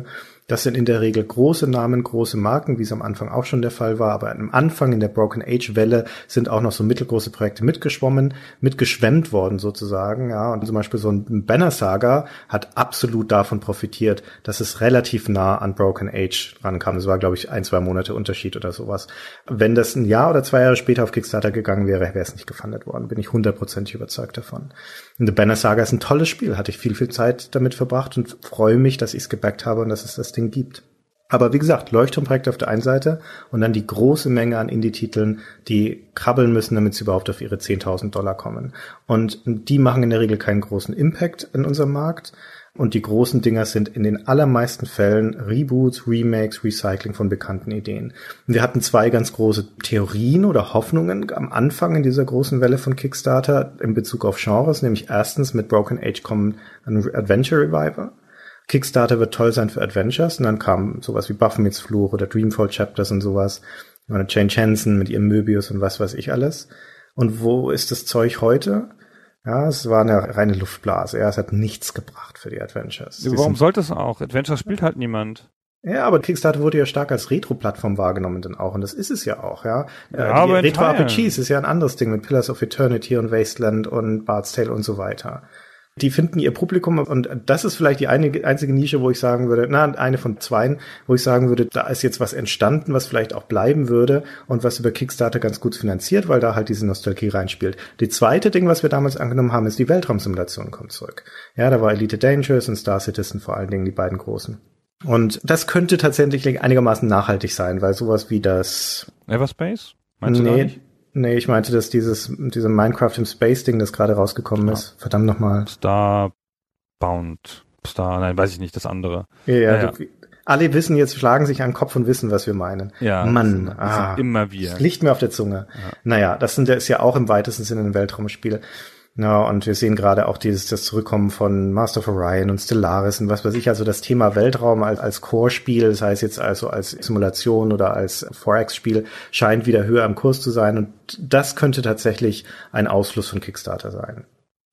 Das sind in der Regel große Namen, große Marken, wie es am Anfang auch schon der Fall war. Aber am Anfang in der Broken Age-Welle sind auch noch so mittelgroße Projekte mitgeschwommen, mitgeschwemmt worden sozusagen. Ja, und zum Beispiel so ein Banner Saga hat absolut davon profitiert, dass es relativ nah an Broken Age rankam. Das war, glaube ich, ein, zwei Monate Unterschied oder sowas. Wenn das ein Jahr oder zwei Jahre später auf Kickstarter gegangen wäre, wäre es nicht gefundet worden. Bin ich hundertprozentig überzeugt davon. Und The Banner Saga ist ein tolles Spiel. Hatte ich viel, viel Zeit damit verbracht und freue mich, dass ich es gebackt habe und dass es das Ding gibt. Aber wie gesagt, Leuchtturmprojekte auf der einen Seite und dann die große Menge an Indie-Titeln, die krabbeln müssen, damit sie überhaupt auf ihre zehntausend Dollar kommen. Und die machen in der Regel keinen großen Impact in unserem Markt. Und die großen Dinger sind in den allermeisten Fällen Reboots, Remakes, Recycling von bekannten Ideen. Und wir hatten zwei ganz große Theorien oder Hoffnungen am Anfang in dieser großen Welle von Kickstarter in Bezug auf Genres, nämlich erstens mit Broken Age kommen ein Adventure Revival. Kickstarter wird toll sein für Adventures und dann kam sowas wie Baphomets Fluch oder Dreamfall Chapters und sowas. Oder Jane Jensen mit ihrem Möbius und was weiß ich alles. Und wo ist das Zeug heute? Ja, es war eine reine Luftblase. Ja, es hat nichts gebracht für die Adventures. Ja, warum sollte es auch? Adventures spielt halt niemand. Ja, aber Kickstarter wurde ja stark als Retro-Plattform wahrgenommen dann auch. Und das ist es ja auch, ja. ja aber Retro-R P Gs ist ja ein anderes Ding mit Pillars of Eternity und Wasteland und Bard's Tale und so weiter. Die finden ihr Publikum und das ist vielleicht die eine, einzige Nische, wo ich sagen würde, na, eine von zweien, wo ich sagen würde, da ist jetzt was entstanden, was vielleicht auch bleiben würde und was über Kickstarter ganz gut finanziert, weil da halt diese Nostalgie reinspielt. Die zweite Ding, was wir damals angenommen haben, ist die Weltraumsimulation kommt zurück. Ja, da war Elite Dangerous und Star Citizen vor allen Dingen die beiden großen. Und das könnte tatsächlich einigermaßen nachhaltig sein, weil sowas wie das Everspace? Meinst du nee, gar nicht? Nee, ich meinte, dass dieses, diese Minecraft im Space-Ding, das gerade rausgekommen ja. ist. Verdammt nochmal. Starbound. Star, nein, weiß ich nicht, das andere. Ja, ja, ja. Du, alle wissen jetzt, schlagen sich an den Kopf und wissen, was wir meinen. Ja. Mann, das, das ah, sind immer wir. Das liegt mir auf der Zunge. Ja. Naja, das sind, ist ja auch im weitesten Sinne ein Weltraumspiel. Ja, und wir sehen gerade auch dieses, das Zurückkommen von Master of Orion und Stellaris und was weiß ich, also das Thema Weltraum als, als Core-Spiel, das heißt jetzt also als Simulation oder als four X-Spiel, scheint wieder höher am Kurs zu sein und das könnte tatsächlich ein Ausfluss von Kickstarter sein.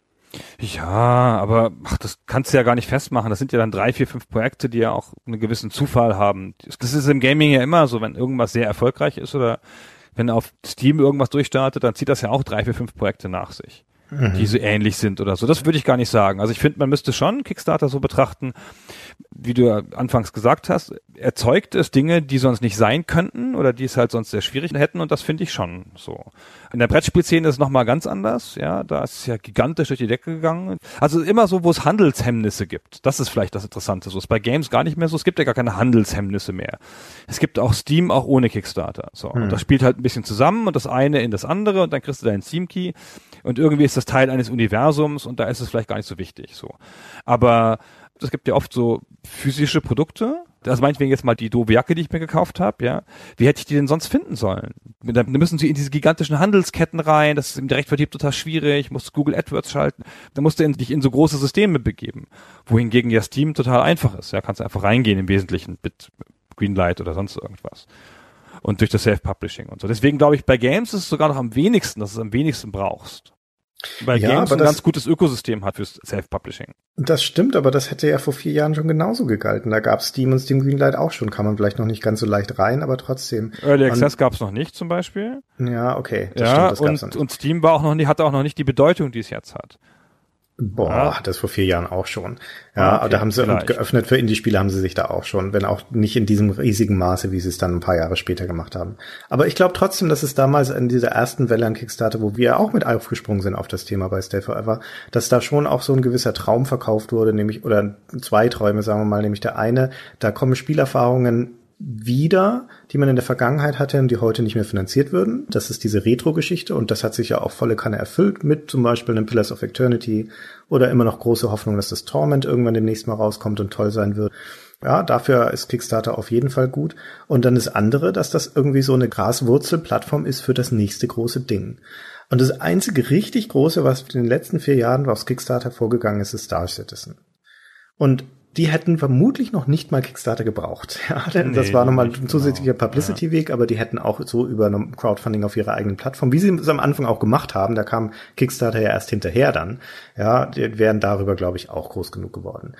Ja, aber ach, das kannst du ja gar nicht festmachen. Das sind ja dann drei, vier, fünf Projekte, die ja auch einen gewissen Zufall haben. Das ist im Gaming ja immer so, wenn irgendwas sehr erfolgreich ist oder wenn auf Steam irgendwas durchstartet, dann zieht das ja auch drei, vier, fünf Projekte nach sich. Mhm. Die so ähnlich sind oder so. Das würde ich gar nicht sagen. Also ich finde, man müsste schon Kickstarter so betrachten, wie du anfangs gesagt hast, erzeugt es Dinge, die sonst nicht sein könnten oder die es halt sonst sehr schwierig hätten und das finde ich schon so. In der Brettspielszene ist es nochmal ganz anders, ja, da ist es ja gigantisch durch die Decke gegangen. Also immer so, wo es Handelshemmnisse gibt. Das ist vielleicht das Interessante. So ist bei Games gar nicht mehr so. Es gibt ja gar keine Handelshemmnisse mehr. Es gibt auch Steam auch ohne Kickstarter. So. Mhm. Und das spielt halt ein bisschen zusammen und das eine in das andere und dann kriegst du deinen Steam-Key und irgendwie ist das Teil eines Universums und da ist es vielleicht gar nicht so wichtig, so. Aber es gibt ja oft so physische Produkte, also meinetwegen jetzt mal die doofe Jacke, die ich mir gekauft habe, ja. Wie hätte ich die denn sonst finden sollen? Da müssen sie in diese gigantischen Handelsketten rein, das ist im Direktvertrieb total schwierig, musst Google AdWords schalten, da musst du in, dich in so große Systeme begeben. Wohingegen ja Steam total einfach ist, ja, kannst du einfach reingehen im Wesentlichen mit Greenlight oder sonst irgendwas. Und durch das Self-Publishing und so. Deswegen glaube ich, bei Games ist es sogar noch am wenigsten, dass du es am wenigsten brauchst. Weil ja, Games ein ganz gutes Ökosystem hat fürs Self-Publishing. Das stimmt, aber das hätte ja vor vier Jahren schon genauso gegalten. Da gab es Steam und Steam Greenlight auch schon. Kann man vielleicht noch nicht ganz so leicht rein, aber trotzdem. Early Access gab es noch nicht zum Beispiel. Ja, okay. Das ja, stimmt, das und, gab's noch nicht. und Steam war auch noch nicht, hatte auch noch nicht die Bedeutung, die es jetzt hat. Boah, ja. hat das vor vier Jahren auch schon. Ja, okay, da haben sie vielleicht. geöffnet für Indie-Spiele haben sie sich da auch schon, wenn auch nicht in diesem riesigen Maße, wie sie es dann ein paar Jahre später gemacht haben. Aber ich glaube trotzdem, dass es damals in dieser ersten Welle an Kickstarter, wo wir auch mit aufgesprungen sind auf das Thema bei Stay Forever, dass da schon auch so ein gewisser Traum verkauft wurde, nämlich, oder zwei Träume, sagen wir mal, nämlich der eine, da kommen Spielerfahrungen wieder, die man in der Vergangenheit hatte und die heute nicht mehr finanziert würden. Das ist diese Retro-Geschichte und das hat sich ja auch volle Kanne erfüllt mit zum Beispiel einem Pillars of Eternity oder immer noch große Hoffnung, dass das Torment irgendwann demnächst mal rauskommt und toll sein wird. Ja, dafür ist Kickstarter auf jeden Fall gut. Und dann das andere, dass das irgendwie so eine Graswurzel-Plattform ist für das nächste große Ding. Und das einzige richtig große, was in den letzten vier Jahren aus Kickstarter vorgegangen ist, ist Star Citizen. Und die hätten vermutlich noch nicht mal Kickstarter gebraucht. Ja, denn nee, das war nochmal ein zusätzlicher genau. Publicity-Weg, ja. aber die hätten auch so über Crowdfunding auf ihrer eigenen Plattform, wie sie es am Anfang auch gemacht haben, da kam Kickstarter ja erst hinterher dann, ja, die wären darüber, glaube ich, auch groß genug geworden.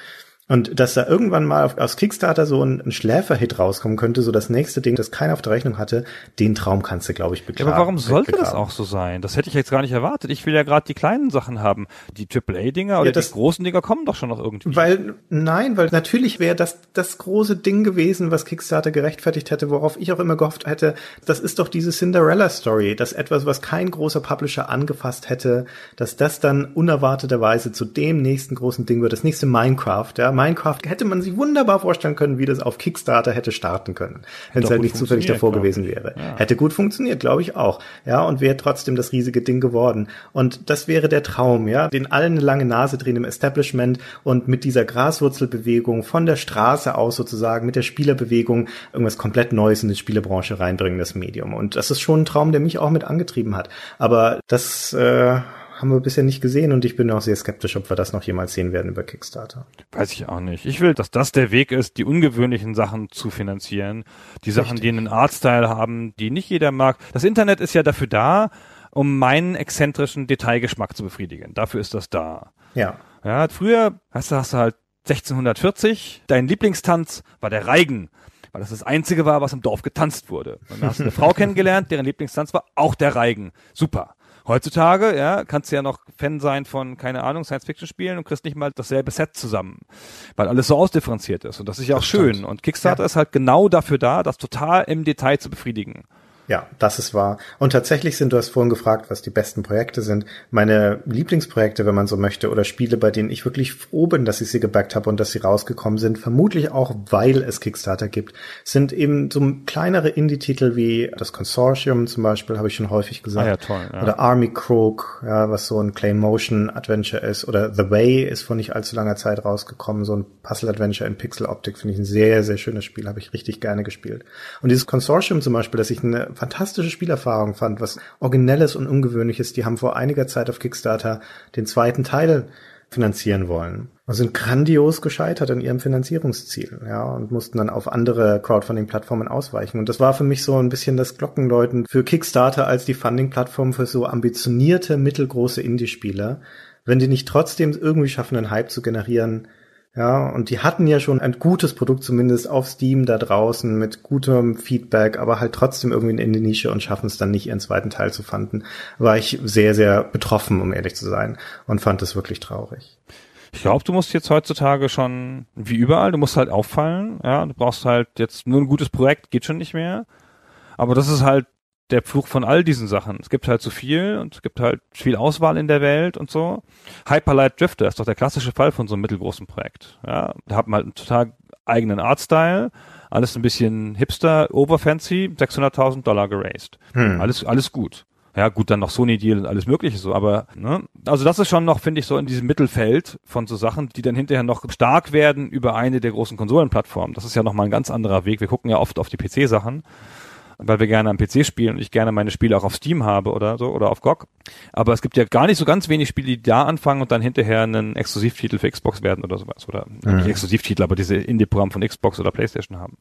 Und dass da irgendwann mal auf, aus Kickstarter so ein, ein Schläferhit rauskommen könnte, so das nächste Ding, das keiner auf der Rechnung hatte, den Traum kannst du, glaube ich, beklagen. Ja, aber warum sollte das auch so sein? Das hätte ich jetzt gar nicht erwartet. Ich will ja gerade die kleinen Sachen haben. Die Triple A-Dinger oder ja, das, die großen Dinger kommen doch schon noch irgendwie. Weil, nein, weil natürlich wäre das das große Ding gewesen, was Kickstarter gerechtfertigt hätte, worauf ich auch immer gehofft hätte. Das ist doch diese Cinderella-Story, dass etwas, was kein großer Publisher angefasst hätte, dass das dann unerwarteterweise zu dem nächsten großen Ding wird. Das nächste Minecraft, ja. Minecraft hätte man sich wunderbar vorstellen können, wie das auf Kickstarter hätte starten können, wenn es halt nicht zufällig davor gewesen wäre. Ja. Hätte gut funktioniert, glaube ich auch. Ja, und wäre trotzdem das riesige Ding geworden. Und das wäre der Traum, ja, den allen eine lange Nase drehen im Establishment und mit dieser Graswurzelbewegung von der Straße aus sozusagen, mit der Spielerbewegung irgendwas komplett Neues in die Spielebranche reinbringen, das Medium. Und das ist schon ein Traum, der mich auch mit angetrieben hat. Aber das äh, haben wir bisher nicht gesehen und ich bin auch sehr skeptisch, ob wir das noch jemals sehen werden über Kickstarter. Weiß ich auch nicht. Ich will, dass das der Weg ist, die ungewöhnlichen Sachen zu finanzieren. Die Sachen, Richtig. die einen Artstyle haben, die nicht jeder mag. Das Internet ist ja dafür da, um meinen exzentrischen Detailgeschmack zu befriedigen. Dafür ist das da. Ja. Ja, früher hast du, hast du halt sechzehnhundertvierzig, dein Lieblingstanz war der Reigen, weil das das Einzige war, was im Dorf getanzt wurde. Und dann hast du eine Frau kennengelernt, deren Lieblingstanz war auch der Reigen. Super. Heutzutage, ja, kannst du ja noch Fan sein von, keine Ahnung, Science-Fiction-Spielen und kriegst nicht mal dasselbe Set zusammen, weil alles so ausdifferenziert ist. Und das ist ja auch das schön. Stimmt. Und Kickstarter ja. ist halt genau dafür da, das total im Detail zu befriedigen. Ja, das ist wahr. Und tatsächlich sind, du hast vorhin gefragt, was die besten Projekte sind. Meine Lieblingsprojekte, wenn man so möchte, oder Spiele, bei denen ich wirklich froh bin, dass ich sie gebackt habe und dass sie rausgekommen sind, vermutlich auch, weil es Kickstarter gibt, sind eben so kleinere Indie-Titel wie das Consortium zum Beispiel, habe ich schon häufig gesagt. Ah ja, toll, ja. Oder Army Crook, ja, was so ein Clay-Motion-Adventure ist. Oder The Way ist vor nicht allzu langer Zeit rausgekommen, so ein Puzzle-Adventure in Pixel-Optik, finde ich ein sehr, sehr schönes Spiel, habe ich richtig gerne gespielt. Und dieses Consortium zum Beispiel, dass ich eine fantastische Spielerfahrung fand, was Originelles und Ungewöhnliches. Die haben vor einiger Zeit auf Kickstarter den zweiten Teil finanzieren wollen und sind grandios gescheitert an ihrem Finanzierungsziel, ja, und mussten dann auf andere Crowdfunding-Plattformen ausweichen. Und das war für mich so ein bisschen das Glockenläuten für Kickstarter als die Funding-Plattform für so ambitionierte, mittelgroße Indie-Spieler. Wenn die nicht trotzdem irgendwie schaffen, einen Hype zu generieren, ja, und die hatten ja schon ein gutes Produkt zumindest auf Steam da draußen mit gutem Feedback, aber halt trotzdem irgendwie in die Nische und schaffen es dann nicht, ihren zweiten Teil zu fanden, war ich sehr, sehr betroffen, um ehrlich zu sein, und fand es wirklich traurig. Ich glaube, du musst jetzt heutzutage schon, wie überall, du musst halt auffallen, ja, du brauchst halt jetzt nur ein gutes Projekt, geht schon nicht mehr, aber das ist halt der Fluch von all diesen Sachen. Es gibt halt zu viel und es gibt halt viel Auswahl in der Welt und so. Hyperlight Drifter ist doch der klassische Fall von so einem mittelgroßen Projekt. Ja, da hat man halt einen total eigenen Artstyle, alles ein bisschen hipster, overfancy, sechshunderttausend Dollar geraced. Hm. Alles, alles gut. Ja, gut, dann noch Sony-Deal und alles mögliche so, aber, ne, also das ist schon noch, finde ich, so in diesem Mittelfeld von so Sachen, die dann hinterher noch stark werden über eine der großen Konsolenplattformen. Das ist ja nochmal ein ganz anderer Weg. Wir gucken ja oft auf die P C-Sachen, weil wir gerne am P C spielen und ich gerne meine Spiele auch auf Steam habe oder so oder auf G O G. Aber es gibt ja gar nicht so ganz wenig Spiele, die da anfangen und dann hinterher einen Exklusivtitel für Xbox werden oder sowas. Oder mhm. nicht Exklusivtitel, aber diese Indie-Programme von Xbox oder PlayStation haben.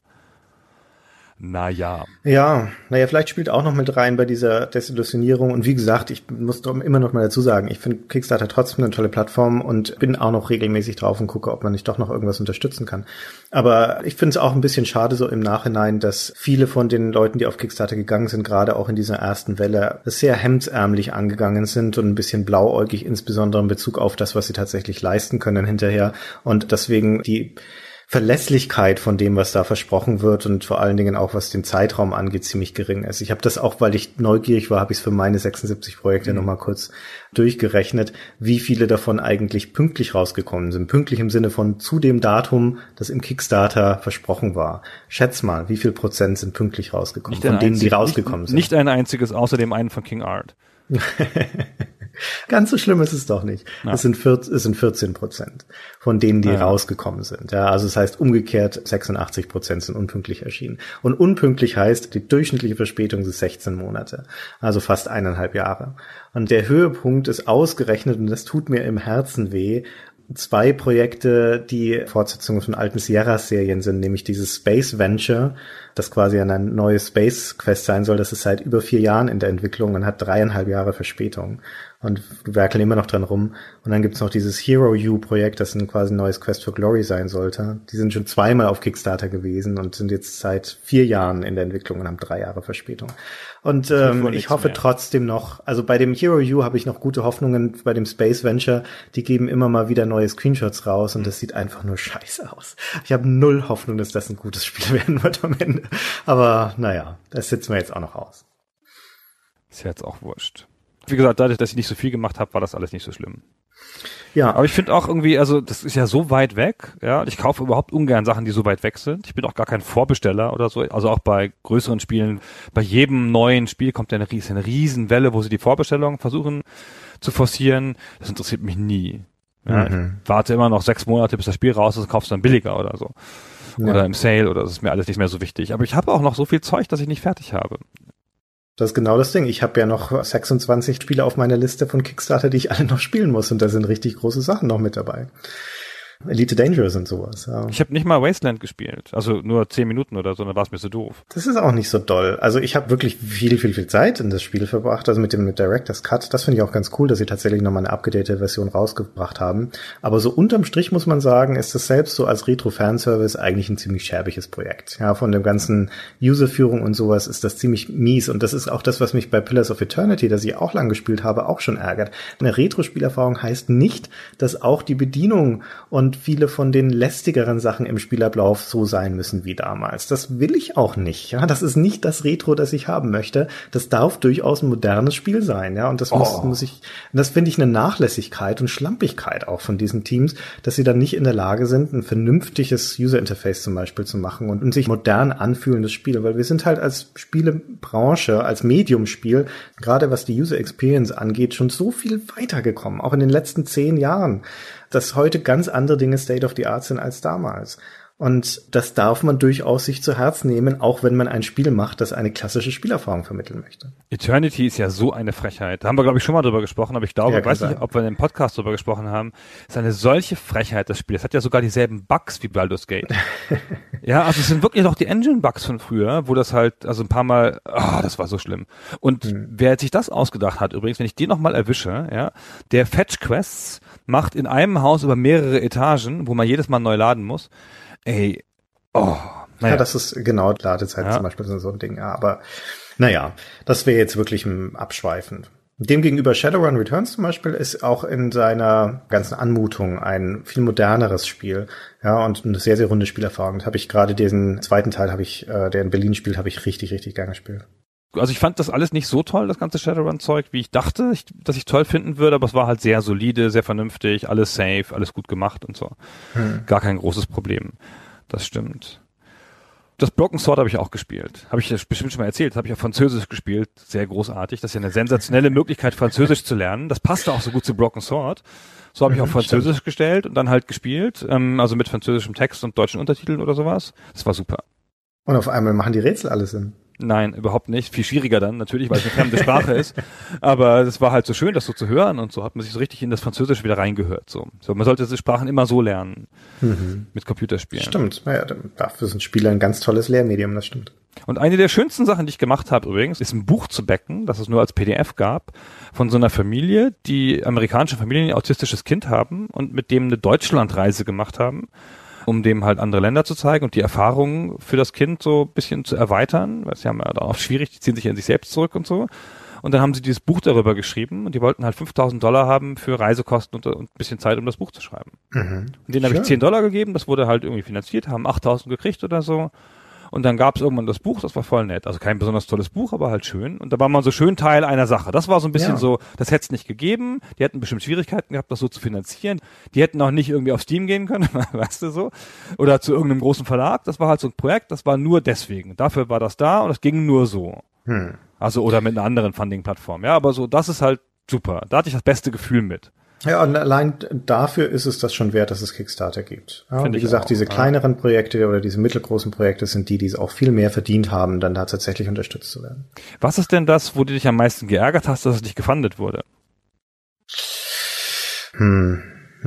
Naja. Ja, naja, vielleicht spielt auch noch mit rein bei dieser Desillusionierung. Und wie gesagt, ich muss doch immer noch mal dazu sagen, ich finde Kickstarter trotzdem eine tolle Plattform und bin auch noch regelmäßig drauf und gucke, ob man nicht doch noch irgendwas unterstützen kann. Aber ich finde es auch ein bisschen schade so im Nachhinein, dass viele von den Leuten, die auf Kickstarter gegangen sind, gerade auch in dieser ersten Welle, sehr hemdsärmlich angegangen sind und ein bisschen blauäugig, insbesondere in Bezug auf das, was sie tatsächlich leisten können hinterher. Und deswegen die Verlässlichkeit von dem, was da versprochen wird und vor allen Dingen auch, was den Zeitraum angeht, ziemlich gering ist. Ich habe das auch, weil ich neugierig war, habe ich es für meine sechsundsiebzig Projekte mhm. nochmal kurz durchgerechnet, wie viele davon eigentlich pünktlich rausgekommen sind. Pünktlich im Sinne von zu dem Datum, das im Kickstarter versprochen war. Schätz mal, wie viel Prozent sind pünktlich rausgekommen, nicht von denen, einzig, die rausgekommen nicht, sind? Nicht ein einziges, außer dem einen von King Art. Ganz so schlimm ist es doch nicht. Ja. Es sind vierzehn, es sind vierzehn Prozent von denen, die ja. rausgekommen sind. Ja, also das heißt umgekehrt sechsundachtzig Prozent sind unpünktlich erschienen. Und unpünktlich heißt, die durchschnittliche Verspätung ist sechzehn Monate. Also fast eineinhalb Jahre. Und der Höhepunkt ist ausgerechnet, und das tut mir im Herzen weh, zwei Projekte, die Fortsetzungen von alten Sierra-Serien sind, nämlich dieses Space Venture, das quasi eine neue Space Quest sein soll. Das ist seit über vier Jahren in der Entwicklung und hat dreieinhalb Jahre Verspätung. und werkeln immer noch dran rum. Und dann gibt's noch dieses Hero U-Projekt, das ein quasi neues Quest for Glory sein sollte. Die sind schon zweimal auf Kickstarter gewesen und sind jetzt seit vier Jahren in der Entwicklung und haben drei Jahre Verspätung. Und ähm, ich hoffe mehr. trotzdem noch, also bei dem Hero U habe ich noch gute Hoffnungen, bei dem Space Venture, die geben immer mal wieder neue Screenshots raus und das sieht einfach nur scheiße aus. Ich habe null Hoffnung, dass das ein gutes Spiel werden wird am Ende. Aber naja, das sitzen wir jetzt auch noch aus. Ist ja jetzt auch wurscht. Wie gesagt, dadurch, dass ich nicht so viel gemacht habe, war das alles nicht so schlimm. Ja. Aber ich finde auch irgendwie, also das ist ja so weit weg, ja, ich kaufe überhaupt ungern Sachen, die so weit weg sind. Ich bin auch gar kein Vorbesteller oder so, also auch bei größeren Spielen, bei jedem neuen Spiel kommt ja eine riesen, eine riesen Welle, wo sie die Vorbestellung versuchen zu forcieren. Das interessiert mich nie. Ja, mhm. Ich warte immer noch sechs Monate, bis das Spiel raus ist und kaufst dann billiger oder so. Ja. Oder im Sale oder das ist mir alles nicht mehr so wichtig. Aber ich habe auch noch so viel Zeug, dass ich nicht fertig habe. Das ist genau das Ding. Ich habe ja noch sechsundzwanzig Spiele auf meiner Liste von Kickstarter, die ich alle noch spielen muss. Und da sind richtig große Sachen noch mit dabei. Elite Dangerous und sowas. Ja. Ich habe nicht mal Wasteland gespielt. Also nur zehn Minuten oder so, dann war es mir so doof. Das ist auch nicht so doll. Also ich habe wirklich viel, viel, viel Zeit in das Spiel verbracht. Also mit dem mit Director's Cut. Das finde ich auch ganz cool, dass sie tatsächlich nochmal eine abgedatete Version rausgebracht haben. Aber so unterm Strich muss man sagen, ist das selbst so als Retro-Fanservice eigentlich ein ziemlich scherbiges Projekt. Ja, von dem ganzen Userführung und sowas ist das ziemlich mies. Und das ist auch das, was mich bei Pillars of Eternity, das ich auch lang gespielt habe, auch schon ärgert. Eine Retro-Spielerfahrung heißt nicht, dass auch die Bedienung und Und viele von den lästigeren Sachen im Spielablauf so sein müssen wie damals. Das will ich auch nicht. Ja, das ist nicht das Retro, das ich haben möchte. Das darf durchaus ein modernes Spiel sein. Ja, und das muss, oh. muss ich, das finde ich eine Nachlässigkeit und Schlampigkeit auch von diesen Teams, dass sie dann nicht in der Lage sind, ein vernünftiges User-Interface zum Beispiel zu machen und, und sich modern anfühlendes Spiel. Weil wir sind halt als Spielebranche, als Mediumspiel, gerade was die User-Experience angeht, schon so viel weitergekommen. Auch in den letzten zehn Jahren. Dass heute ganz andere Dinge State of the Art sind als damals. Und das darf man durchaus sich zu Herzen nehmen, auch wenn man ein Spiel macht, das eine klassische Spielerfahrung vermitteln möchte. Eternity ist ja so eine Frechheit. Da haben wir, glaube ich, schon mal drüber gesprochen, aber ich glaube, ja, ich weiß sein. nicht, ob wir in dem Podcast drüber gesprochen haben. Es ist eine solche Frechheit, das Spiel. Es hat ja sogar dieselben Bugs wie Baldur's Gate. Ja, also es sind wirklich noch die Engine-Bugs von früher, wo das halt, also ein paar Mal, ah, oh, das war so schlimm. Und hm. wer sich das ausgedacht hat, übrigens, wenn ich den nochmal erwische, ja, der Fetch-Quests macht in einem Haus über mehrere Etagen, wo man jedes Mal neu laden muss. Ey, oh. Naja. Ja, das ist genau Ladezeit ja. zum Beispiel so ein Ding. Ja, aber naja, das wäre jetzt wirklich abschweifend. Demgegenüber Shadowrun Returns zum Beispiel ist auch in seiner ganzen Anmutung ein viel moderneres Spiel. Ja, und eine sehr, sehr runde Spielerfahrung. Das habe ich gerade diesen zweiten Teil, habe ich, äh, der in Berlin spielt, habe ich richtig, richtig gern gespielt. Also ich fand das alles nicht so toll, das ganze Shadowrun-Zeug, wie ich dachte, ich, dass ich toll finden würde, aber es war halt sehr solide, sehr vernünftig, alles safe, alles gut gemacht und so. Hm. Gar kein großes Problem. Das stimmt. Das Broken Sword habe ich auch gespielt. Habe ich das bestimmt schon mal erzählt. Das habe ich auf Französisch gespielt. Sehr großartig. Das ist ja eine sensationelle Möglichkeit, Französisch zu lernen. Das passte auch so gut zu Broken Sword. So habe ich mhm, auf Französisch stimmt. gestellt und dann halt gespielt. Ähm, also mit französischem Text und deutschen Untertiteln oder sowas. Das war super. Und auf einmal machen die Rätsel alles Sinn. Nein, überhaupt nicht. Viel schwieriger dann, natürlich, weil es eine fremde Sprache ist. Aber es war halt so schön, das so zu hören und so hat man sich so richtig in das Französische wieder reingehört. So, so man sollte diese Sprachen immer so lernen. Mhm. Mit Computerspielen. Stimmt. Naja, dafür sind Spiele ein ganz tolles Lehrmedium, das stimmt. Und eine der schönsten Sachen, die ich gemacht habe übrigens, ist ein Buch zu backen, das es nur als P D F gab, von so einer Familie, die amerikanische Familien, die ein autistisches Kind haben und mit dem eine Deutschlandreise gemacht haben, um dem halt andere Länder zu zeigen und die Erfahrungen für das Kind so ein bisschen zu erweitern, weil sie haben ja da auch schwierig, die ziehen sich in sich selbst zurück und so. Und dann haben sie dieses Buch darüber geschrieben und die wollten halt fünftausend Dollar haben für Reisekosten und, und ein bisschen Zeit, um das Buch zu schreiben. Mhm. Und denen habe ich zehn Dollar gegeben, das wurde halt irgendwie finanziert, haben achttausend gekriegt oder so. Und dann gab es irgendwann das Buch, das war voll nett. Also kein besonders tolles Buch, aber halt schön. Und da war man so schön Teil einer Sache. Das war so ein bisschen ja. so, das hätte es nicht gegeben. Die hätten bestimmt Schwierigkeiten gehabt, das so zu finanzieren. Die hätten auch nicht irgendwie auf Steam gehen können, weißt du so. Oder zu irgendeinem großen Verlag. Das war halt so ein Projekt, das war nur deswegen. Dafür war das da und das ging nur so. Hm. Also oder mit einer anderen Funding-Plattform. Ja, aber so, das ist halt super. Da hatte ich das beste Gefühl mit. Ja, und allein dafür ist es das schon wert, dass es Kickstarter gibt. Ja, und wie gesagt, auch, diese ja. kleineren Projekte oder diese mittelgroßen Projekte sind die, die es auch viel mehr verdient haben, dann da tatsächlich unterstützt zu werden. Was ist denn das, wo du dich am meisten geärgert hast, dass es nicht gefundet wurde? Hm.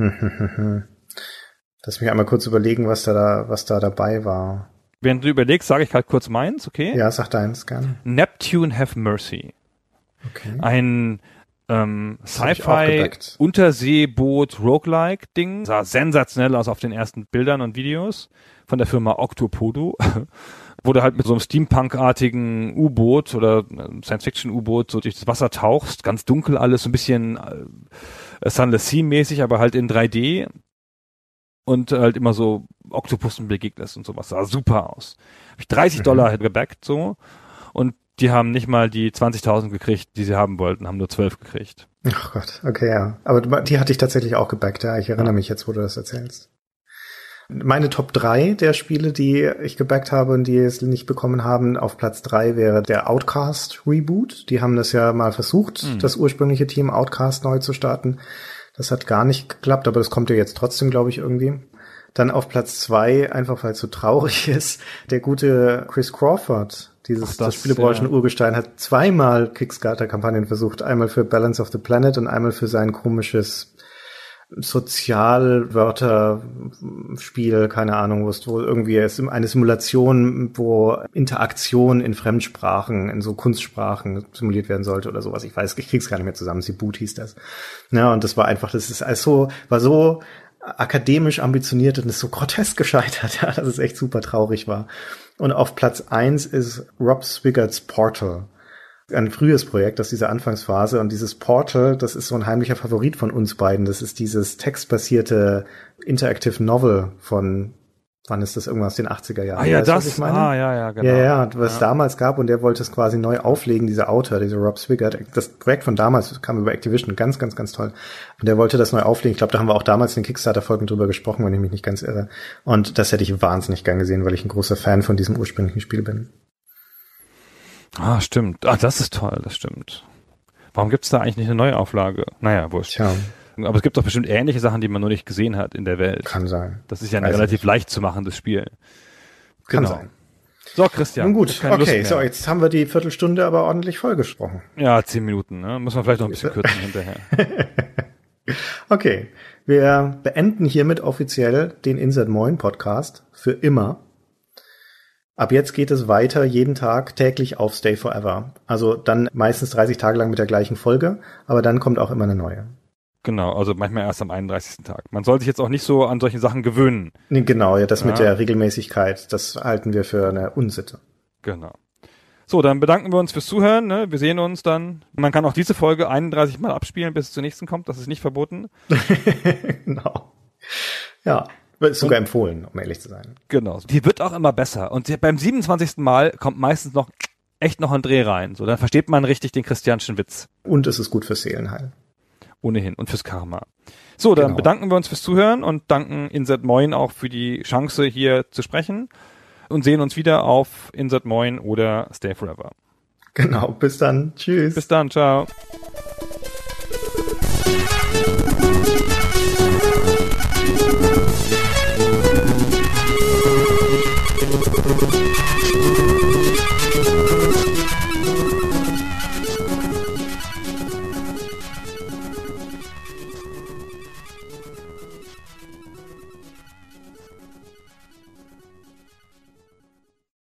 Lass mich einmal kurz überlegen, was da, da was da dabei war. Während du überlegst, sage ich halt kurz meins, okay? Ja, sag deins gerne. Neptune Have Mercy. Okay. Ein ähm, Sci-Fi, Unterseeboot, Roguelike-Ding. Sah sensationell aus auf den ersten Bildern und Videos von der Firma Octopodo. Wo du halt mit so einem Steampunk-artigen U-Boot oder Science-Fiction-U-Boot so durch das Wasser tauchst, ganz dunkel alles, so ein bisschen äh, Sunless Sea-mäßig, aber halt in drei D und halt immer so Oktopussen begegnest und sowas. Sah super aus. Hab ich dreißig mhm. Dollar gebackt so und die haben nicht mal die zwanzigtausend gekriegt, die sie haben wollten, haben nur zwölf gekriegt. Ach Gott, okay, ja. Aber die hatte ich tatsächlich auch gebackt, ja. Ich erinnere ja. mich jetzt, wo du das erzählst. Meine Top drei der Spiele, die ich gebackt habe und die es nicht bekommen haben, auf Platz drei wäre der Outcast Reboot. Die haben das ja mal versucht, mhm. das ursprüngliche Team Outcast neu zu starten. Das hat gar nicht geklappt, aber das kommt ja jetzt trotzdem, glaube ich, irgendwie. Dann auf Platz zwei, einfach weil es so traurig ist, der gute Chris Crawford, dieses Ach, das, das Spielebranchen ja. Urgestein, hat zweimal Kickstarter-Kampagnen versucht. Einmal für Balance of the Planet und einmal für sein komisches Sozialwörterspiel, keine Ahnung, wo es wo irgendwie ist eine Simulation, wo Interaktion in Fremdsprachen, in so Kunstsprachen simuliert werden sollte oder sowas. Ich weiß, ich krieg's gar nicht mehr zusammen. Boot hieß das. Ja, und das war einfach, das ist also war so akademisch ambitioniert und ist so grotesk gescheitert, ja, dass es echt super traurig war. Und auf Platz eins ist Rob Swiggerts Portal. Ein frühes Projekt aus dieser Anfangsphase und dieses Portal, das ist so ein heimlicher Favorit von uns beiden. Das ist dieses textbasierte Interactive Novel von, wann ist das, irgendwas aus den achtziger Jahren? Ah ja, weißt, das, was ich meine? ah ja, ja, genau. Ja, ja, was ja. damals gab und der wollte es quasi neu auflegen, dieser Autor, dieser Rob Swigert. Das Projekt von damals kam über Activision, ganz, ganz, ganz toll. Und der wollte das neu auflegen. Ich glaube, da haben wir auch damals in den Kickstarter-Folgen drüber gesprochen, wenn ich mich nicht ganz irre. Und das hätte ich wahnsinnig gern gesehen, weil ich ein großer Fan von diesem ursprünglichen Spiel bin. Ah, stimmt. Ah, das ist toll, das stimmt. Warum gibt's da eigentlich nicht eine Neuauflage? Naja, wurscht. Tja. Aber es gibt doch bestimmt ähnliche Sachen, die man noch nicht gesehen hat in der Welt. Kann sein. Das ist ja ein Weiß relativ nicht. leicht zu machendes Spiel. Kann genau. sein. So, Christian. Nun gut, okay, so, jetzt haben wir die Viertelstunde aber ordentlich vollgesprochen. Ja, zehn Minuten, ne? Muss man vielleicht noch ein bisschen kürzen hinterher. Okay, wir beenden hiermit offiziell den Insert Moin Podcast für immer. Ab jetzt geht es weiter jeden Tag täglich auf Stay Forever. Also dann meistens dreißig Tage lang mit der gleichen Folge, aber dann kommt auch immer eine neue. Genau, also manchmal erst am einunddreißigsten Tag. Man soll sich jetzt auch nicht so an solche Sachen gewöhnen. Nee, genau, ja, das ja. mit der Regelmäßigkeit, das halten wir für eine Unsitte. Genau. So, dann bedanken wir uns fürs Zuhören. Ne? Wir sehen uns dann. Man kann auch diese Folge einunddreißig Mal abspielen, bis es zur nächsten kommt. Das ist nicht verboten. Genau. Ja. Ist sogar und, empfohlen, um ehrlich zu sein. Genau. Die wird auch immer besser. Und beim siebenundzwanzigsten Mal kommt meistens noch echt noch ein Dreh rein. So, dann versteht man richtig den christianischen Witz. Und es ist gut fürs Seelenheil. Ohnehin. Und fürs Karma. So, dann genau. bedanken wir uns fürs Zuhören und danken Insert Moin auch für die Chance, hier zu sprechen. Und sehen uns wieder auf Insert Moin oder Stay Forever. Genau. Bis dann. Tschüss. Bis dann. Ciao.